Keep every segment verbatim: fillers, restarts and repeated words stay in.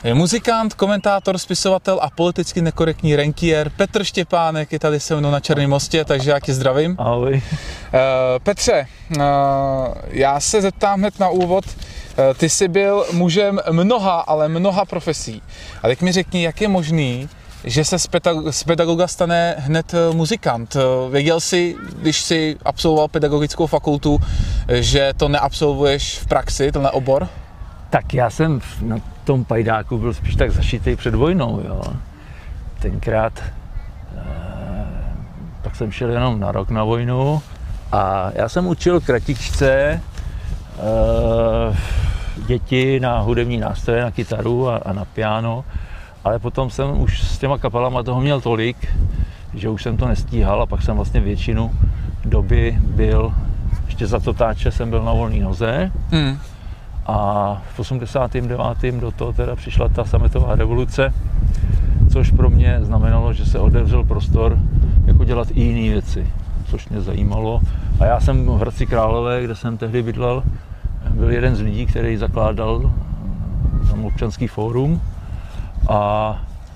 Je muzikant, komentátor, spisovatel a politicky nekorektní rentier Petr Štěpánek je tady se mnou na Černém mostě, takže já tě zdravím. Ahoj. Uh, Petře, uh, já se zeptám hned na úvod. Uh, ty jsi byl mužem mnoha, ale mnoha profesí. A teď mi řekni, jak je možný, že se z, pedagog- z pedagoga stane hned muzikant. Věděl jsi, když jsi absolvoval pedagogickou fakultu, že to neabsolvuješ v praxi, tenhle obor? Tak já jsem na tom pajdáku byl spíš tak zašitý před vojnou, jo. Tenkrát, eh, pak jsem šel jenom na rok na vojnu a já jsem učil kratičce eh, děti na hudební nástroje, na kytaru a, a na piano, ale potom jsem už s těma kapelama toho měl tolik, že už jsem to nestíhal a pak jsem vlastně většinu doby byl, ještě za totáče jsem byl na volné noze. Hmm. A v osmdesátém devátém do toho teda přišla ta sametová revoluce, což pro mě znamenalo, že se otevřel prostor jako dělat i jiné věci, což mě zajímalo. A já jsem v Hradci Králové, kde jsem tehdy bydlel, byl jeden z lidí, který zakládal tam občanský fórum. A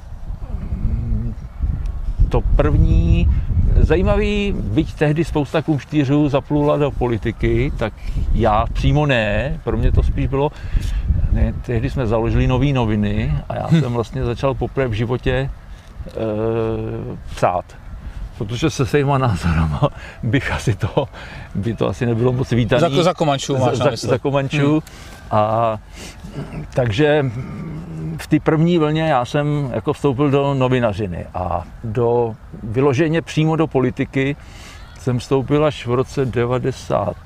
to první zajímavý, byť tehdy spousta kumštířů zaplula do politiky, tak já přímo ne, pro mě to spíš bylo, ne, tehdy jsme založili Nový noviny a já jsem vlastně začal poprvé v životě e, psát. Protože se svýma názorama bych asi to, by to asi nebylo moc vítaný. Za, za Komančů máš za, za Komančů. Hmm. A takže v té první vlně já jsem jako vstoupil do novinařiny a do vyloženě přímo do politiky jsem vstoupil až v roce devadesát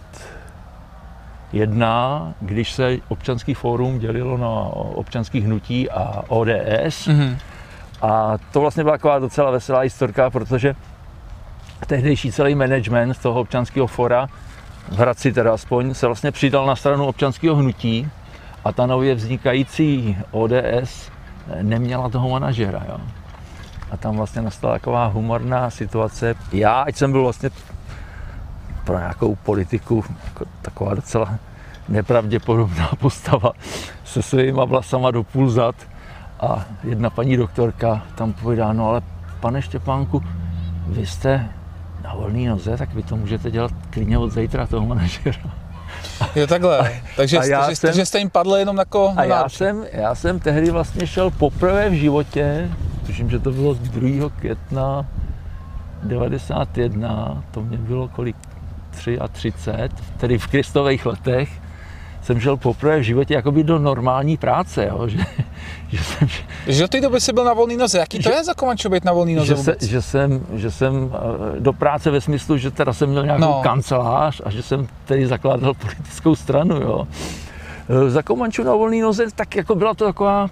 jedna, když se občanský fórum dělilo na občanský hnutí a O D S. Mm-hmm. A to vlastně byla taková docela veselá historka, protože tehdejší celý management toho občanského fóra, v Hradci teda aspoň, se vlastně přidal na stranu občanského hnutí a ta nově vznikající O D S neměla toho manažera. Jo. A tam vlastně nastala taková humorná situace. Já, ať jsem byl vlastně pro nějakou politiku jako taková docela nepravděpodobná postava se svýma vlasama do půl zad a jedna paní doktorka tam povídá, no ale pane Štěpánku, vy jste na volné noze, tak vy to můžete dělat klidně od zítra toho manažera. Jo, takhle. A, takže, a já takže, jsem, takže jste jim padl jenom jako A já jsem, já jsem tehdy vlastně šel poprvé v životě, tuším, že to bylo druhého května devadesát jedna, to mě bylo kolik, třicet tři, tedy v Kristových letech, jsem šel poprvé v životě jakoby do normální práce, jo, že, že jsem... Že do té doby jsi byl na volný noze, jaký to že, je za Komančo být na volný noze že, se, že, jsem, že jsem do práce ve smyslu, že teda jsem měl nějakou no. kancelář a že jsem tedy zakládal politickou stranu, jo. Za Komančo na volný noze, tak jako byla to taková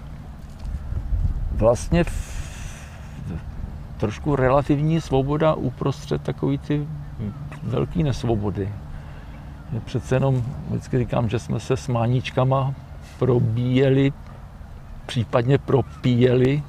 vlastně v, trošku relativní svoboda uprostřed takový ty velký nesvobody. Přece jenom vždycky říkám, že jsme se s máničkama probíjeli, případně propíjeli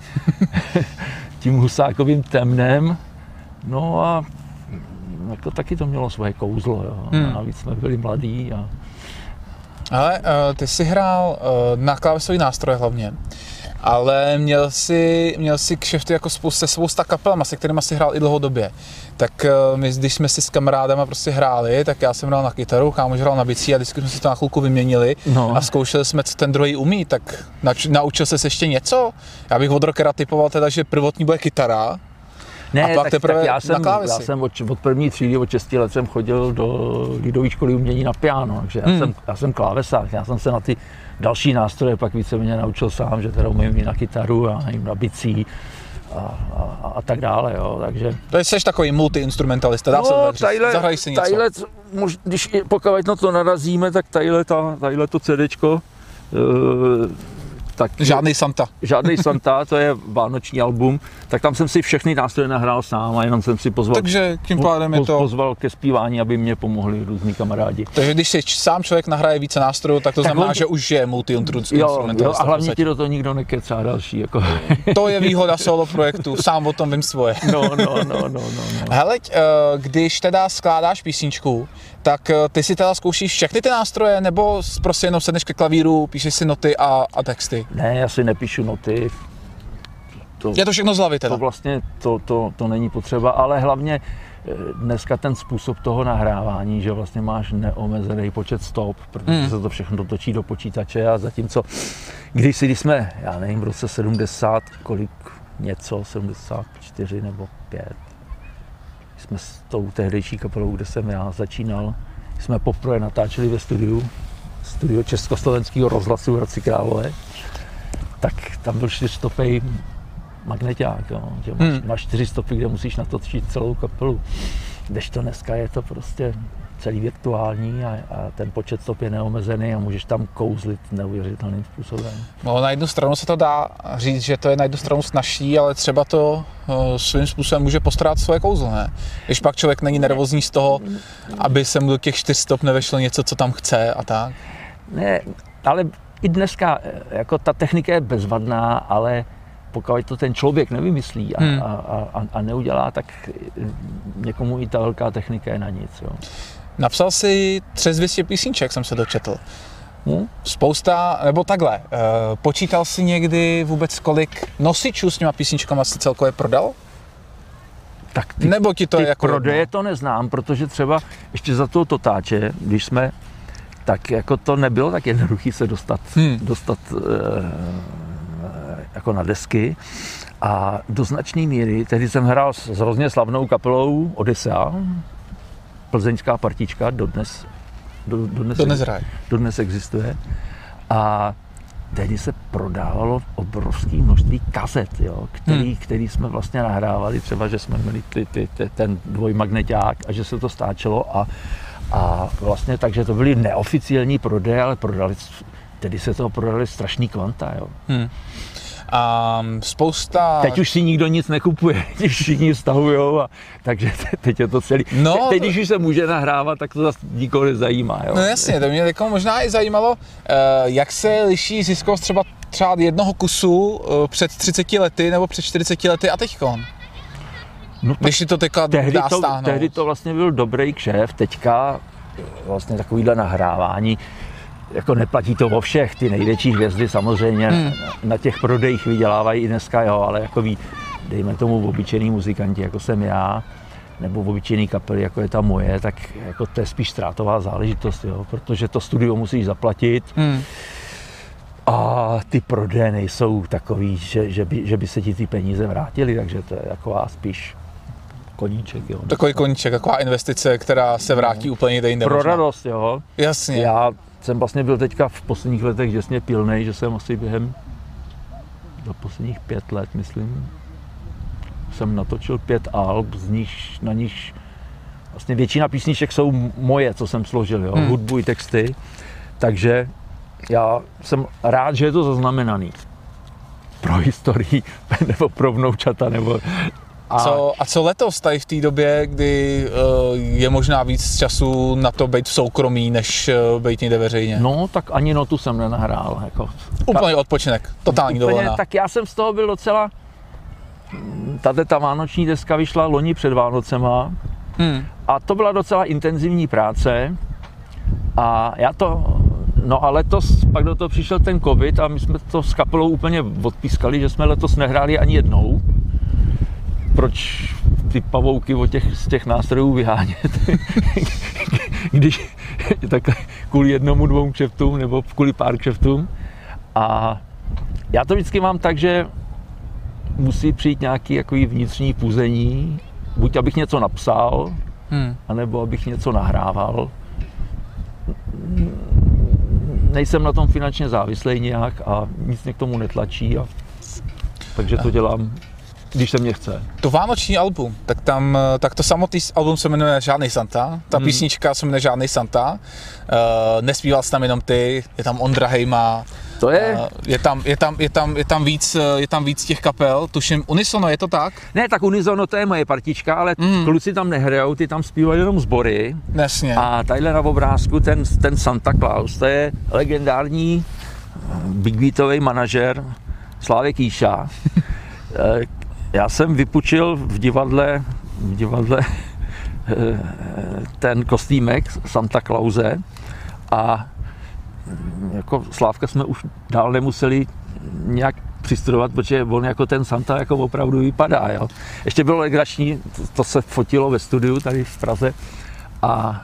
tím husákovým temnem. No a jako taky to mělo svoje kouzlo. Jo. Hmm. Navíc jsme byli mladí. A... Ale uh, ty jsi hrál uh, na klávesový nástroje hlavně. Ale měl jsi, měl jsi kšefty jako spousta, spousta kapelama, se kterými jsi hrál i dlouhodobě. Tak my, když jsme si s kamarádama prostě hráli, tak já jsem hrál na kytaru, kámoš hrál na bicí a vždycky jsme si to na chvilku vyměnili no. a zkoušeli jsme, co ten druhý umí, tak nač, naučil ses ještě něco? Já bych od rockera typoval teda, že prvotní bude kytara. Ne, a pak tak, teprve tak já jsem, na klávesi. Já jsem od, od první třídy, od šesti let jsem chodil do lidové školy umění na piano, takže já, hmm. jsem, já jsem klávesák, já jsem se na ty další nástroje pak víceméně naučil sám, že teda umím i na kytaru a na bicí a, a, a tak dále, jo, takže... To jsi takový multiinstrumentalista, dá no, se tak říct, tadyhle, zahraj si něco. Tadyhle, mož, když pokud na to narazíme, tak tadyhle, ta, tadyhle to CDčko, uh, tak... Žádný Santa. Žádný Santa, to je vánoční album, tak tam jsem si všechny nástroje nahrál sám a jenom jsem si pozval, takže tím pádem je to... pozval ke zpívání, aby mě pomohli různí kamarádi. Takže když si sám člověk nahraje více nástrojů, tak to tak znamená, on... že už je multi-instrumentalista. Jo, jo, a hlavně ti do toho nikdo nekecá další. Jako. To je výhoda solo projektu, sám o tom vím svoje. No, no, no, no, no, no. Hele, když teda skládáš písničku, tak ty si teda zkoušíš všechny ty nástroje, nebo prostě jenom sedneš ke klavíru, píšeš si noty a, a texty? Ne, já si nepíšu noty. To, je to všechno z hlavy teda? To vlastně to, to, to není potřeba, ale hlavně dneska ten způsob toho nahrávání, že vlastně máš neomezený počet stop, protože hmm. se to všechno dotočí do počítače a zatímco když si, když jsme, já nevím, v roce sedmdesát, kolik něco, sedmdesát čtyři nebo pět, jsme s tou tehdejší kapelou, kde jsem já začínal, jsme poprvé natáčeli ve studiu, studio Československého rozhlasu v Hradci Králové, tak tam byl čtyřstopej magneťák, jo, že máš, hmm. máš čtyři stopy, kde musíš natočit celou kapelu. Kdežto dneska je to prostě celý virtuální a, a ten počet stop je neomezený a můžeš tam kouzlit neuvěřitelným způsobem. No, na jednu stranu se to dá říct, že to je na jednu stranu snazší, ale třeba to uh, svým způsobem může postrát svoje kouzlo, ne? Když pak člověk není nervózní z toho, aby se mu do těch čtyř stop nevešlo něco, co tam chce a tak. Ne, ale i dneska, jako ta technika je bezvadná, ale pokud to ten člověk nevymyslí a, hmm. a, a, a neudělá, tak někomu i ta velká technika je na nic. Jo. Napsal si přes dvě stě písniček, jsem se dočetl. Hmm? Spousta, nebo takhle, počítal jsi někdy vůbec, kolik nosičů s těma písničkama si celkově prodal? Tak ty, nebo ti to ty je jako prodeje to neznám, protože třeba ještě za toho Totáče, když jsme, tak jako to nebylo tak jednoduché se dostat, hmm. dostat jako na desky a do značné míry, tehdy jsem hrál s hrozně slavnou kapelou Odyssea, plzeňská partička, dodnes, do, dodnes, dodnes, dodnes existuje a tehdy se prodávalo obrovské množství kazet, jo, který, hmm. který jsme vlastně nahrávali, třeba, že jsme měli ty, ty, ty, ten dvojmagneťák a že se to stáčelo a, a vlastně takže to byly neoficiální prodeje, ale prodali, tehdy se toho prodali strašný kvanta, jo. Hmm. A spousta... Teď už si nikdo nic nekupuje, teď všichni stahujou, a takže teď je to celý. No, Te, teď, když už se může nahrávat, tak to zase nikoho nezajímá. Jo? No jasně, to mě jako možná i zajímalo, jak se liší ziskovost třeba, třeba jednoho kusu před třiceti lety nebo před čtyřiceti lety a teďkon. No, když si to teďka tehdy dá to, stáhnout. Tehdy to vlastně byl dobrý kšeft, teďka vlastně takovýhle nahrávání, jako neplatí to o všech, ty největší hvězdy samozřejmě hmm. na těch prodejích vydělávají i dneska, jo, ale jako ví, dejme tomu obyčejný muzikanti, jako jsem já, nebo obyčejný kapely, jako je ta moje, tak jako to je spíš ztrátová záležitost, jo, protože to studio musíš zaplatit hmm. a ty prodeje nejsou takový, že, že, by, že by se ti ty peníze vrátily, takže to je taková spíš koníček, jo. Takový koníček, taková investice, která se vrátí no. úplně jinde. Pro možná. radost, jo. Jasně. Já jsem vlastně byl teďka v posledních letech děsně pilnej, že jsem asi během za posledních pět let, myslím, jsem natočil pět alb, z nich, na nich vlastně většina písniček jsou moje, co jsem složil, jo, hmm. hudbu i texty, takže já jsem rád, že je to zaznamenaný pro historii, nebo pro vnoučata, nebo A co, a co letos tady v té době, kdy uh, je možná víc času na to být v soukromí, než uh, být někde veřejně? No, tak ani notu jsem nenahrál. Jako. Úplně odpočinek, totální dovolená. Tak já jsem z toho byl docela... Tato ta vánoční deska vyšla loni před Vánocema hmm. a to byla docela intenzivní práce a já to... No a letos pak do toho přišel ten covid a my jsme to s kapelou úplně odpískali, že jsme letos nehráli ani jednou. Proč ty pavouky od těch, z těch nástrojů vyhánět, když tak kvůli jednomu, dvou kšeftům nebo kvůli pár kšeftům. A já to vždycky mám tak, že musí přijít nějaký jakový vnitřní puzení, buď abych něco napsal, hmm. anebo abych něco nahrával. Nejsem na tom finančně závislý nějak a nic mě k tomu netlačí, a takže to dělám, když se mě chce. To vánoční album, tak tam, tak to samotný album se jmenuje Žádnej Santa, ta hmm. písnička se jmenuje Žádnej Santa, uh, nespíval jsi tam jenom ty, je tam Ondra Hejma, to je? Uh, je, tam, je, tam, je, tam, je, tam víc, je tam víc těch kapel, tuším Unisono, je to tak? Ne, tak Unisono to je moje partička, ale mm. kluci tam nehrajou, ty tam zpívají jenom sbory. Jasně. A tadyhle na obrázku ten, ten Santa Claus, to je legendární big beatový manažer Slávek Kýša. Já jsem vypučil v divadle, v divadle ten kostýmek Santa Clause a jako Slávka jsme už dál nemuseli nějak přistudovat, protože on jako ten Santa jako opravdu vypadá. Jo. Ještě bylo legrační, to, to se fotilo ve studiu tady v Praze a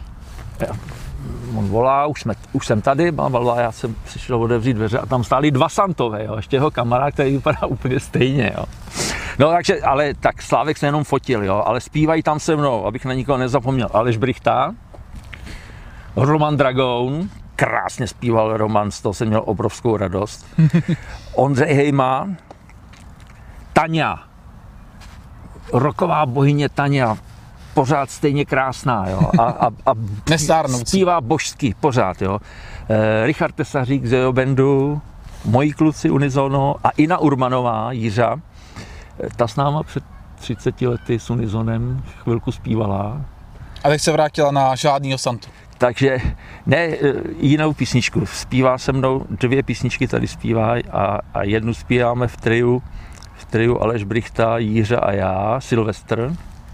on volá, už, jsme, už jsem tady, volá, já jsem přišel otevřít dveře a tam stáli dva Santové, jo. Ještě jeho kamarád, který vypadá úplně stejně. Jo. No takže, ale tak Slávek se jenom fotil, jo, ale zpívají tam se mnou, abych na nikoho nezapomněl. Aleš Brychta, Roman Dragoun, krásně zpíval Roman, z toho jsem měl obrovskou radost. Ondřej Hejma, Taňa, rocková bohyně Taňa, pořád stejně krásná, jo, a, a, a zpívá božsky, pořád, jo. E, Richard Tesařík z jeho bandu, moji kluci Unizono a Ina Urmanová, Jiřa, ta s náma před třiceti lety s Unizonem chvilku zpívala. A teď se vrátila na žádnýho Santu. Takže ne, jinou písničku. Zpívá se mnou, dvě písničky tady zpívá a, a jednu zpíváme v triu, v triu Aleš Brychta, Jiře a já, Silvestr.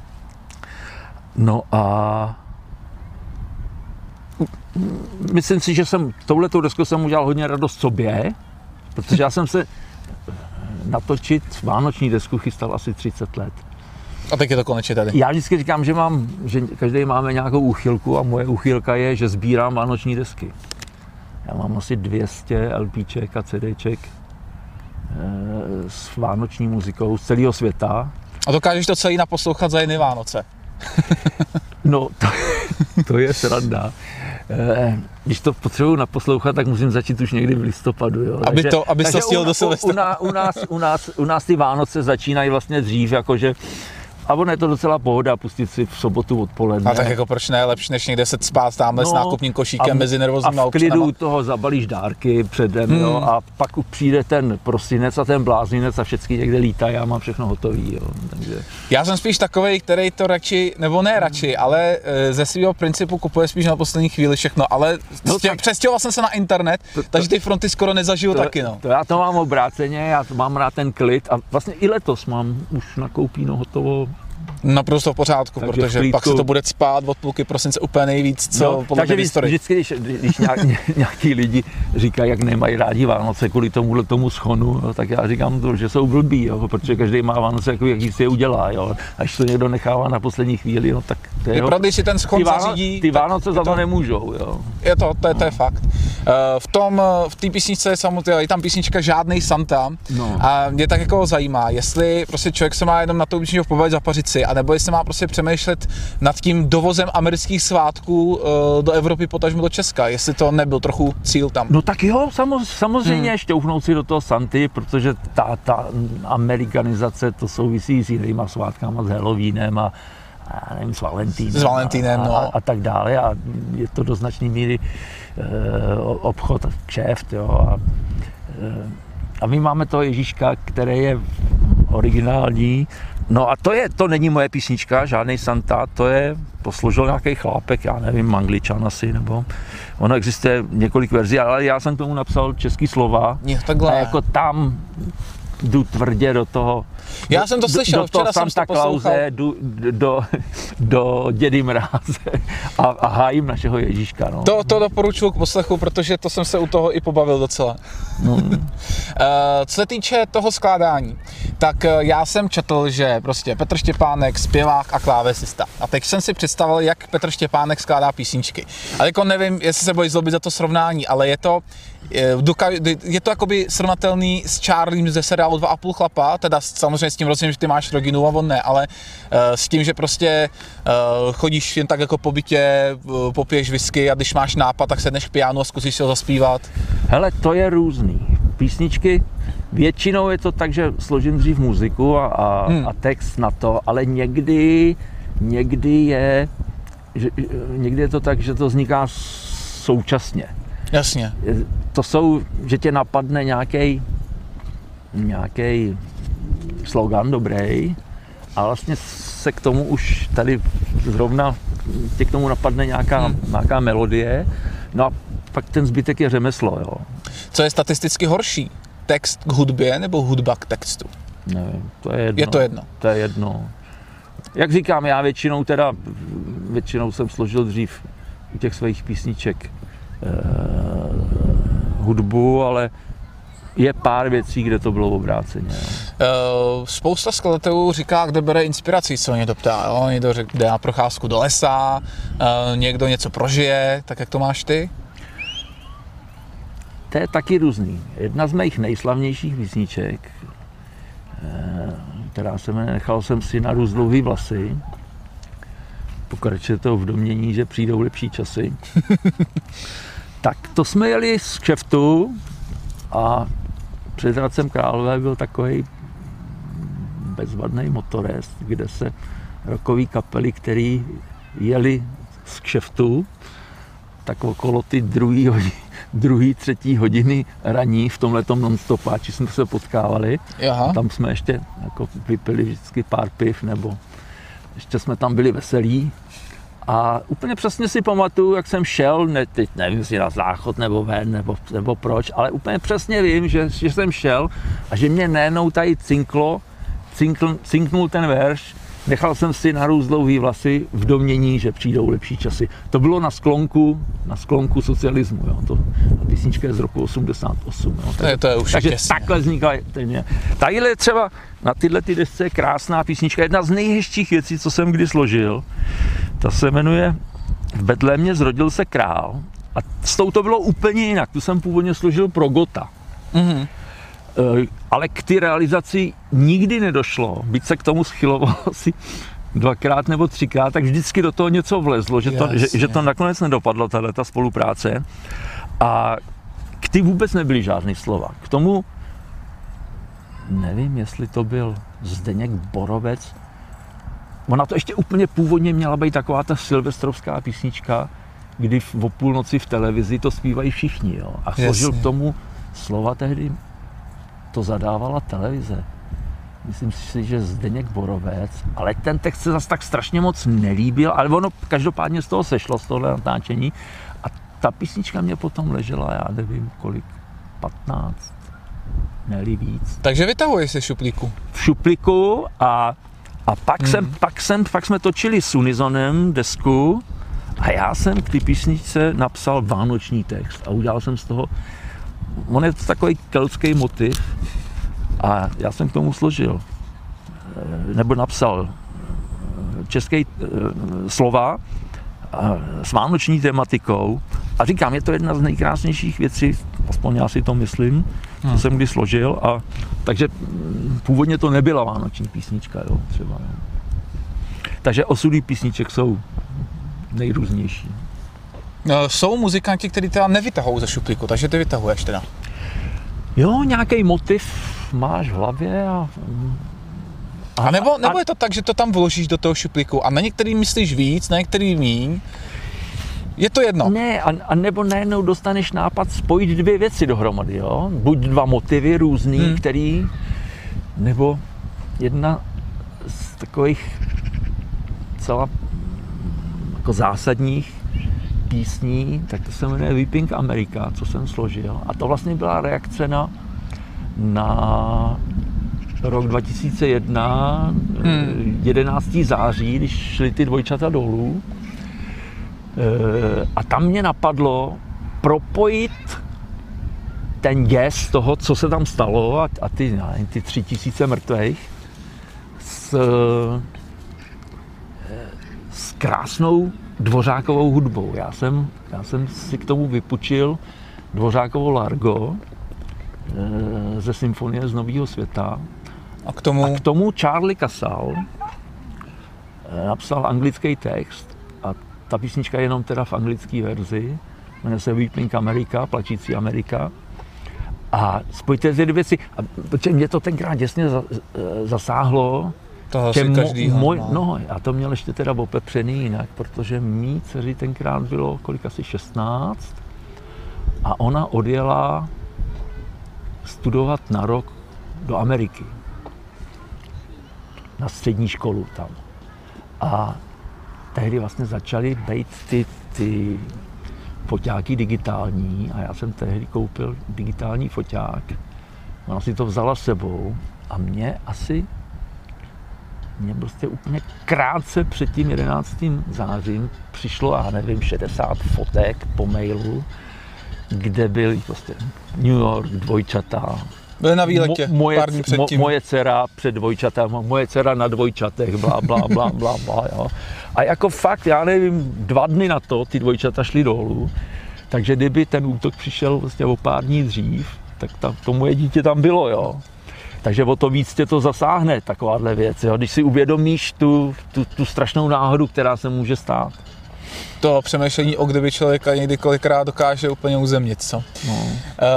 No a myslím si, že jsem touhletou deskou jsem udělal hodně radost sobě, protože já jsem se natočit vánoční desku chystal asi třicet let. A tak je to konečně tady. Já vždycky říkám, že mám, že každý máme nějakou úchylku a moje úchylka je, že sbírám vánoční desky. Já mám asi dvě stě LPček a CDček e, s vánoční muzikou z celého světa. A dokážeš to celý naposlouchat za jedny Vánoce? No, to, to je sranda. E, když to potřebuji naposlouchat, tak musím začít už někdy v listopadu. Jo. Aby takže, to, aby to stihl do Silvestra. U, u, u, nás, u, nás, u nás ty Vánoce začínají vlastně dřív, jakože a ono je to docela pohoda pustit si v sobotu odpoledne. A tak jako proč ne, lepší než někde se spát tamhle no, s nákupním košíkem a, mezi nervózníma občanama. A v klidu toho zabalíš dárky předem, hmm. jo, a pak přijde ten prosinec a ten blázinec a všechny někde lítají a mám všechno hotový, jo, takže. Já jsem spíš takovej, který to radši, nebo ne radši, ale ze svého principu kupuje spíš na poslední chvíli všechno, ale no, tak, přestěhoval jsem se na internet, to, to, takže ty fronty skoro nezažiju to, taky, no. To já to mám obráceně, já to mám rád ten klid a vlastně i letos mám už nakoupíno hotovo. Naprosto v pořádku, takže protože v pak se to bude spát od půlky prosince úplně nejvíc, co no, podle mě v historii. Vždycky, když, když nějak, nějaký lidi říkají, jak nemají rádi Vánoce kvůli tomu, tomu schonu, jo, tak já říkám to, že jsou blbí, jo, protože každý má Vánoce, jako, jaký si je udělá. Jo. Až to někdo nechává na poslední chvíli, no, tak to je, pravda, si ten schon ty Váno, zařídí. Ty Vánoce za to, to nemůžou. Jo. Je to, to je, to je fakt. V tom, v té písničce je samozřejmě, je tam písnička Žádnej Santa no. A mě tak jako zajímá, jestli prostě člověk se má jenom na to písničku pobavit, zapařit si, anebo jestli má prostě přemýšlet nad tím dovozem amerických svátků do Evropy, potažmo do Česka, jestli to nebyl trochu cíl tam. No tak jo, samozřejmě hmm. šťouchnout si do toho Santy, protože ta, ta amerikanizace to souvisí s jinýma svátkama, s Halloweenem a já nevím, s Valentínem, s Valentínem a, no. a, a tak dále a je to do značné míry e, obchod, kšeft, jo. A, e, a my máme toho Ježíška, který je originální. No a to je, to není moje písnička, žádnej Santa, to je, posloužil nějaký chlápek, já nevím, Angličan asi, nebo ono existuje několik verzí, ale já jsem k tomu napsal český slova a jako tam jdu tvrdě do toho. Já do, jsem to slyšel, do včera jsem Santa Clause, jdu do, do Dědy Mráze a, a hájím našeho Ježíška. No. To, to doporučuji k poslechu, protože to jsem se u toho i pobavil docela. Hmm. Co se týče toho skládání, tak já jsem četl, že prostě Petr Štěpánek, zpěvák a klávesista. A teď jsem si představil, jak Petr Štěpánek skládá písničky. Ale jako nevím, jestli se bojí zlobit za to srovnání, ale je to je to jakoby srovnatelný s Charliem ze seriálu Dva a půl chlapa, teda samozřejmě s tím rozdílem, že ty máš rodinu a on ne, ale uh, s tím, že prostě uh, chodíš jen tak jako po bytě, uh, popiješ whisky a když máš nápad, tak sedneš k pianu a zkusíš si ho zaspívat. Hele, to je různý. Písničky, většinou je to tak, že složím dřív muziku a, a, hmm. a text na to, ale někdy, někdy je, že, někdy je to tak, že to vzniká současně. Jasně. To jsou, že tě napadne nějaký nějaký slogan dobrý a vlastně se k tomu už tady zrovna tě k tomu napadne nějaká, hmm. nějaká melodie, no a pak ten zbytek je řemeslo, jo. Co je statisticky horší? Text k hudbě nebo hudba k textu? Ne, to je jedno. Je to jedno? To je jedno. jak říkám, já většinou teda, většinou jsem složil dřív u těch svých písniček eh, hudbu, ale je pár věcí, kde to bylo obráceně. Uh, spousta skladatelů říká, kde bere inspiraci, co někdo ptá. Jo? Někdo řekne, jde na procházku do lesa, uh, někdo něco prožije, tak jak to máš ty? To je taky různý. Jedna z mých nejslavnějších písniček, která se jmenuje Nechal jsem si narůst dlouhý vlasy, pokračuje to v domění, že přijdou lepší časy, tak to jsme jeli z kšeftu a před Hradcem Králové byl takový bezvadný motorest, kde se rockový kapely, který jeli z kšeftu, tak okolo ty druhý, hodiny, druhý, třetí hodiny raní v tomhletom non-stopáči jsme se potkávali. Aha. Tam jsme ještě jako vypili vždycky pár piv, nebo ještě jsme tam byli veselí. A úplně přesně si pamatuju, jak jsem šel, ne, teď nevím, jestli na záchod nebo ven, nebo, nebo proč, ale úplně přesně vím, že, že jsem šel a že mě najednou tady cinklo, cinkl, cinknul ten verš, nechal jsem si narůst dlouhý vlasy v domění, že přijdou lepší časy. To bylo na sklonku, na sklonku socialismu, jo. To, ta písnička je z roku osmdesát osm. Jo. To je, to je už takže těsně. Takhle vznikla. Tadyhle je třeba na tyhle ty desce je krásná písnička, jedna z nejhezčích věcí, co jsem kdy složil. Ta se jmenuje V Betlémě zrodil se král a s tou to bylo úplně jinak. Tu jsem původně složil pro Gota. Mm-hmm. Ale k té realizaci nikdy nedošlo, byť se k tomu schylovalo asi dvakrát nebo třikrát, tak vždycky do toho něco vlezlo, že to, že, že to nakonec nedopadlo, tato spolupráce. A k ty vůbec nebyly žádný slova. K tomu, nevím, jestli to byl Zdeněk Borovec, ona to ještě úplně původně měla být taková ta silvestrovská písnička, kdy v, o půlnoci v televizi to zpívají všichni. Jo? A složil k tomu slova tehdy, to zadávala televize. Myslím si, že Zdeněk Borovec, ale ten text se zase tak strašně moc nelíbil, ale ono každopádně z toho sešlo, z tohle natáčení. A ta písnička mě potom ležela, já nevím kolik, patnáct, ne-li víc. Takže vytahuješ se šuplíku. V šuplíku a, a pak, hmm. jsem, pak, jsem, pak jsme točili s Unizonem desku a já jsem k té písničce napsal vánoční text a udělal jsem z toho, on je to takový keltský motiv a já jsem k tomu složil, nebo napsal české slova s vánoční tematikou a říkám, je to jedna z nejkrásnějších věcí, aspoň já si to myslím, co hmm. jsem kdy složil a takže původně to nebyla vánoční písnička, jo, třeba. Jo. Takže osudy písniček jsou nejrůznější. Jsou muzikanti, kteří teda nevytahují ze šuplíku, takže ty vytahuješ teda. Jo, nějaký motiv máš v hlavě a... A, a nebo, nebo a, je to tak, že to tam vložíš do toho šuplíku a na některý myslíš víc, na některý míň? Je to jedno? Ne, a, a nebo najednou dostaneš nápad spojit dvě věci dohromady, jo? Buď dva motivy různý, hmm. který... Nebo jedna z takových celá jako zásadních písní, tak to se jmenuje Weeping America, co jsem složil. A to vlastně byla reakce na, na rok dva tisíce jedna, hmm. jedenáctého září, když šly ty dvojčata dolů. A tam mě napadlo propojit ten děs toho, co se tam stalo a, a ty, ne, ty tři tisíce mrtvých s, s krásnou Dvořákovou hudbou. Já jsem, já jsem si k tomu vypučil Dvořákovo Largo e, ze Symfonie z Nového světa. A k tomu? A k tomu Charlie Casal e, napsal anglický text a ta písnička je jenom teda v anglické verzi. Jmenuje se Weeping America, Plačící Amerika. A spojte ty dvě věci. A protože mě to tenkrát děsně zasáhlo, toho si každýho, můj, no, já to měl ještě teda opepřený jinak, protože mý dceři tenkrát bylo kolik asi šestnáct a ona odjela studovat na rok do Ameriky. Na střední školu tam. A tehdy vlastně začaly být ty, ty foťáky digitální a já jsem tehdy koupil digitální foťák. Ona si to vzala s sebou a mě asi mě prostě úplně krátce před tím jedenáctým zářím přišlo, já nevím, šedesát fotek po mailu, kde byly prostě New York, dvojčata. Byly na výletě, Mo, moje, pár dní předtím. Mo, moje dcera před dvojčatem, moje dcera na dvojčatech, blá, blá, blá, blá, blá, jo. A jako fakt, já nevím, dva dny na to ty dvojčata šly dolů, takže kdyby ten útok přišel vlastně o pár dní dřív, tak tam, to moje dítě tam bylo, jo. Takže o to víc tě to zasáhne, takováhle věc, jo. Když si uvědomíš tu, tu, tu strašnou náhodu, která se může stát. To přemýšlení o kdyby člověka někdy kolikrát dokáže úplně uzemnit, co? No. Uh,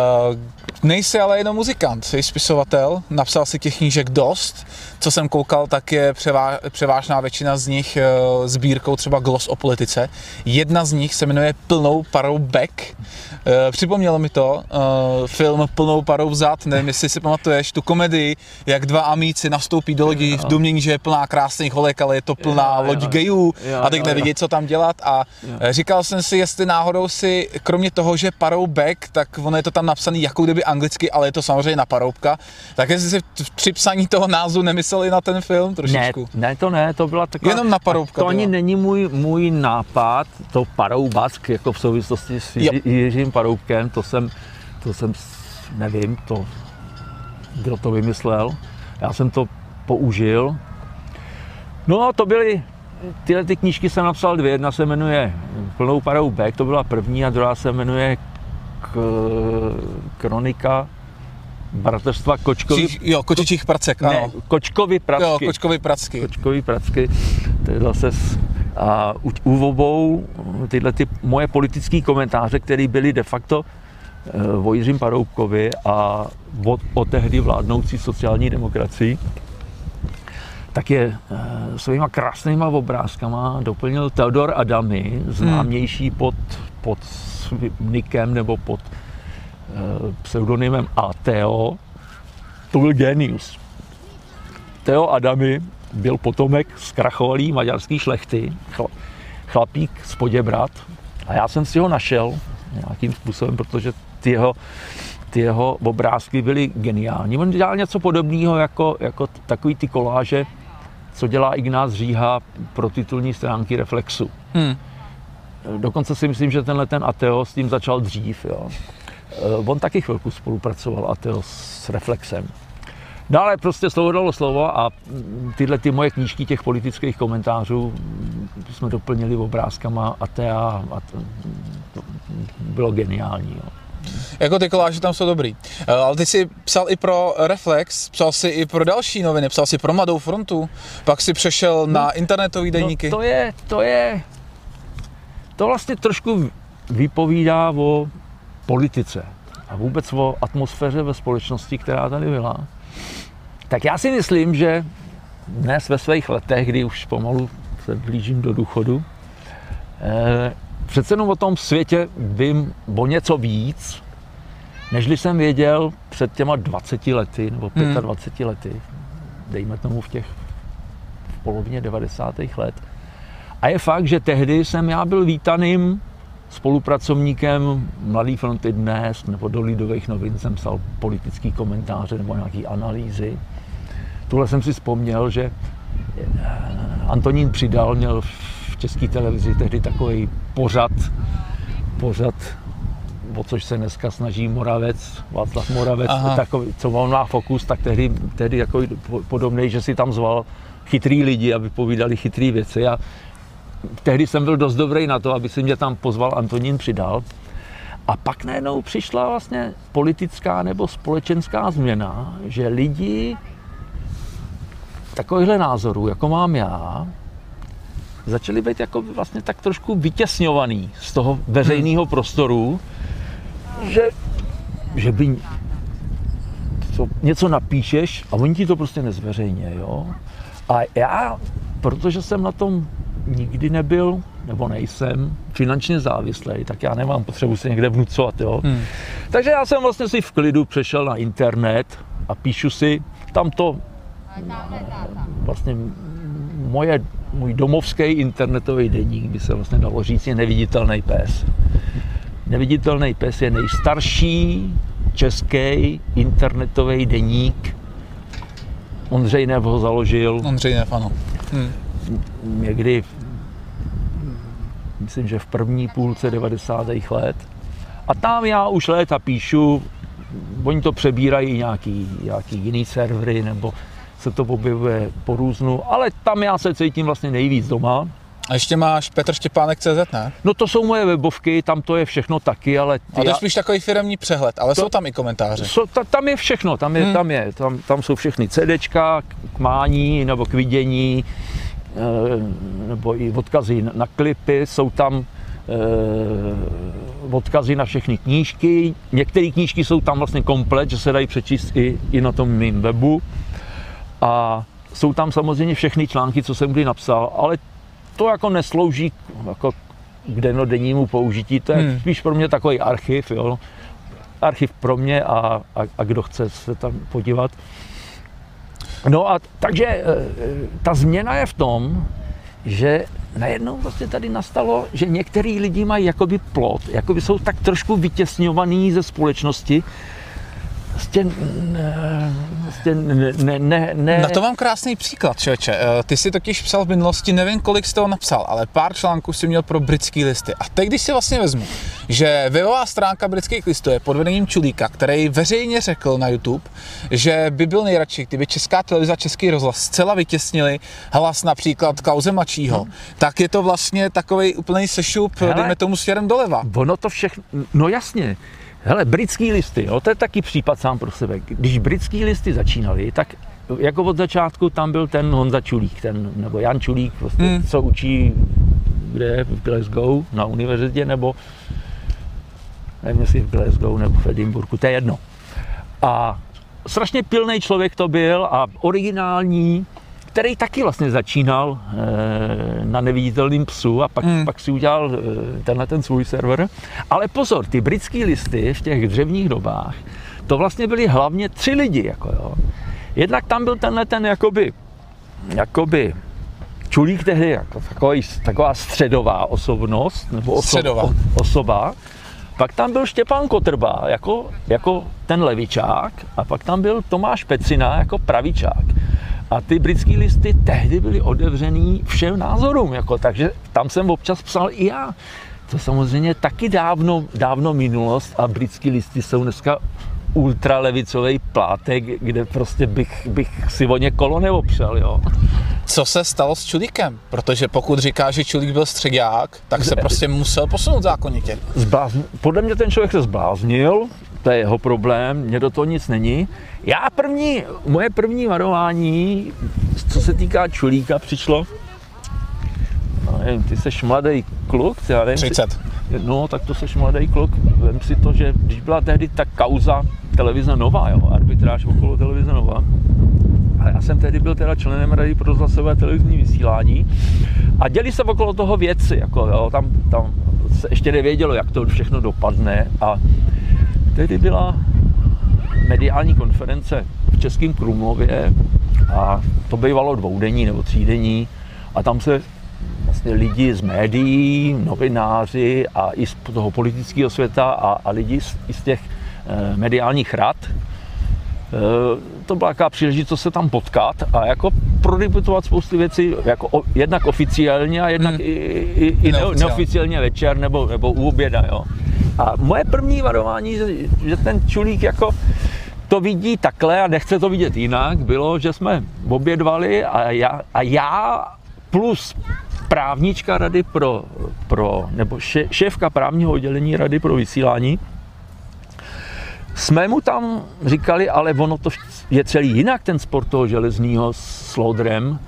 nejsi ale jenom muzikant, jsi spisovatel, napsal si těch knížek dost, co jsem koukal, tak je převá, převážná většina z nich uh, sbírkou třeba Gloss o politice. Jedna z nich se jmenuje Plnou parou Back. Uh, připomnělo mi to uh, film Plnou parou vzad, nevím, jestli si pamatuješ tu komedii, jak dva amíci nastoupí do lodi v domění, že je plná krásných holek, ale je to plná loď gejů a teď nevědí, co tam dělat. A jo. Říkal jsem si, jestli náhodou si, kromě toho, že parou back, tak ono je to tam napsaný jako kdyby anglicky, ale je to samozřejmě na paroubka, tak jestli si při psaní toho názvu nemysleli na ten film trošičku? Ne, ne to ne, to byla taková... Jenom na paroubka. To ani není můj, můj nápad, to parouback, jako v souvislosti s Jiří, Jiřím Paroubkem, to jsem, to jsem, nevím, to, kdo to vymyslel, já jsem to použil. No, to byly... Tyhle ty knížky jsem napsal dvě, jedna se jmenuje Plnou parou Back, to byla první, a druhá se jmenuje k, Kronika bratrstva Kočkovi... Čích, jo, Kočičích pracek, ano. Ne, Kočkovi pracky. Jo, Kočkovi pracky. Kočkovi pracky, to je zase... A u, u obou tyhle ty moje politické komentáře, které byly de facto o Jiřím Paroubkovi a o, o tehdy vládnoucí sociální demokracii, tak je e, svýma krásnýma obrázkama doplnil Teodor Adamy, známější pod, pod nikem nebo pod e, pseudonymem Ateo. To byl genius. Teo Adamy byl potomek zkrachovalý maďarský šlechty, chlapík z Poděbrad, a já jsem si ho našel nějakým způsobem, protože ty jeho Ty jeho obrázky byly geniální. On dělal něco podobného jako, jako takový ty koláže, co dělá Ignác Říha pro titulní stránky Reflexu. Hmm. Dokonce si myslím, že tenhle ten Ateo s tím začal dřív. Jo. On taky chvilku spolupracoval, Ateo, s Reflexem. Dále prostě slovo dalo slovo a tyhle ty moje knížky těch politických komentářů jsme doplnili obrázkama Atea a to, to bylo geniální. Jo. Jako ty koláže tam jsou dobrý. Ale ty jsi psal i pro Reflex, psal jsi i pro další noviny, psal jsi pro Mladou frontu, pak si přešel no, na internetový deníky. No to je, to je, to vlastně trošku vypovídá o politice a vůbec o atmosféře ve společnosti, která tady byla. Tak já si myslím, že dnes ve svých letech, kdy už pomalu se blížím do důchodu, eh, přece jenom o tom světě vím o něco víc, nežli jsem věděl před těma dvaceti lety, nebo dvaceti hmm. lety, dejme tomu v těch v polovině devadesátých let. A je fakt, že tehdy jsem já byl vítaným spolupracovníkem Mladé fronty Dnes, nebo do Lidových novin jsem psal politický komentáře nebo nějaký analýzy. Tuhle jsem si vzpomněl, že Antonín Přidal měl v České televizi tehdy takový pořad, pořad, o což se dneska snaží Moravec, Václav Moravec, takový, co on má Fokus, tak tehdy, tehdy jako podobnej, že si tam zval chytrý lidi, aby povídali chytrý věci. A tehdy jsem byl dost dobrý na to, aby si mě tam pozval Antonín Přidal. A pak najednou přišla vlastně politická nebo společenská změna, že lidi takovýchhle názorů, jako mám já, začali být jako vlastně tak trošku vytěsňovaný z toho veřejného prostoru, že, že by to, něco napíšeš a oni ti to prostě nezveřejně, jo. A já, protože jsem na tom nikdy nebyl, nebo nejsem finančně závislý, tak já nemám potřebu se někde vnucovat, jo. Hmm. Takže já jsem vlastně si v klidu přešel na internet a píšu si tam to vlastně moje, můj domovský internetový deník, by se vlastně dalo říct, je Neviditelný pes. Neviditelný pes je nejstarší český internetový deník Ondřej Nev ho založil. Ondřej Nev, ano. Hmm. Někdy, myslím, že v první půlce devadesátých let. A tam já už léta píšu, oni to přebírají nějaký, nějaký jiný servery, nebo se to objevuje po různu, ale tam já se cítím vlastně nejvíc doma. A ještě máš Petr Štěpánek tečka cé zet, ne? No to jsou moje webovky, tam to je všechno taky, ale... A to je spíš takový firemní přehled, ale to, jsou tam i komentáře. So, ta, tam je všechno, tam je, hmm. tam je, tam, tam jsou všechny CDčka k mání nebo k vidění, e, nebo i odkazy na, na klipy, jsou tam e, odkazy na všechny knížky, některé knížky jsou tam vlastně komplet, že se dají přečíst i, i na tom mým webu. A jsou tam samozřejmě všechny články, co jsem kdy napsal, ale to jako neslouží jako k dennodennímu použití, to je hmm. spíš pro mě takový archiv, jo. Archiv pro mě a, a, a kdo chce se tam podívat. No a takže ta změna je v tom, že najednou vlastně tady nastalo, že některý lidi mají jakoby plot, jakoby jsou tak trošku vytěsňovaný ze společnosti. Prostě, prostě ne, ne, ne. Na to mám krásný příklad, člověče. Ty jsi totiž psal v minulosti, nevím, kolik z toho napsal, ale pár článků si měl pro britský listy. A teď, když si vlastně vezmu, že webová stránka britských listů je pod vedením Čulíka, který veřejně řekl na YouTube, že by byl nejradši, kdyby Česká televize a Český rozhlas zcela vytěsnili hlas například Klause mladšího, hmm. tak je to vlastně takový úplný sešup, dejme tomu směrem doleva. Ono to všechno, no jasně. Hele, britský listy, jo, to je taky případ sám pro sebe. Když britský listy začínaly, tak jako od začátku tam byl ten Honza Čulík, ten, nebo Jan Čulík, prostě, hmm. co učí kde v Glasgow na univerzitě, nebo nevím, jestli v Glasgow nebo v Edinburghu, to je jedno. A strašně pilnej člověk to byl a originální, který taky vlastně začínal e, na Neviditelným psu a pak, hmm. pak si udělal e, tenhle ten svůj server. Ale pozor, ty britský listy v těch dřevních dobách, to vlastně byly hlavně tři lidi. Jako jo. Jednak tam byl tenhle ten jakoby, jakoby Čulík tehdy, jako takový, taková středová osobnost, nebo oso, středová. O, osoba. Pak tam byl Štěpán Kotrba jako, jako ten levičák a pak tam byl Tomáš Pecina jako pravičák. A ty britský listy tehdy byly otevřený všem názorům, jako, takže tam jsem občas psal i já. To samozřejmě taky dávno, dávno minulost a britský listy jsou dneska ultralevicový plátek, kde prostě bych, bych si o ně kolo neopřel, jo. Co se stalo s Čulíkem? Protože pokud říká, že Čulík byl středák, tak se prostě musel posunout zákonitě. Zblázn... Podle mě ten člověk se zbláznil, to je jeho problém, mně do toho nic není. Já první, moje první varování, co se týká Čulíka, přišlo, no, nevím, ty seš mladý kluk, já nevím, třicet. No, tak to seš mladý kluk, vem si to, že když byla tehdy ta kauza Televize Nova, jo, arbitráž okolo Televize Nova, a já jsem tehdy byl teda členem Rady pro rozhlasové televizní vysílání a děli se okolo toho věci, jako, jo, tam, tam se ještě nevědělo, jak to všechno dopadne a tehdy byla mediální konference v Českém Krumlově a to bývalo dvoudenní nebo třídenní a tam se vlastně lidi z médií, novináři a i z toho politického světa a, a lidi z, i z těch eh, mediálních rad. Eh, to byla taková příležitost se tam potkat a jako prodiskutovat spousty věcí, jako o, jednak oficiálně a jednak hmm. i, i, i neoficiálně. neoficiálně večer nebo, nebo u oběda. Jo. A moje první varování, že, že ten Čulík jako to vidí takhle a nechce to vidět jinak, bylo, že jsme obědvali a já, a já plus právnička Rady pro, pro nebo še, šéfka právního oddělení Rady pro vysílání, jsme mu tam říkali, ale ono to je celý jinak, ten sport toho železního s Lodrem.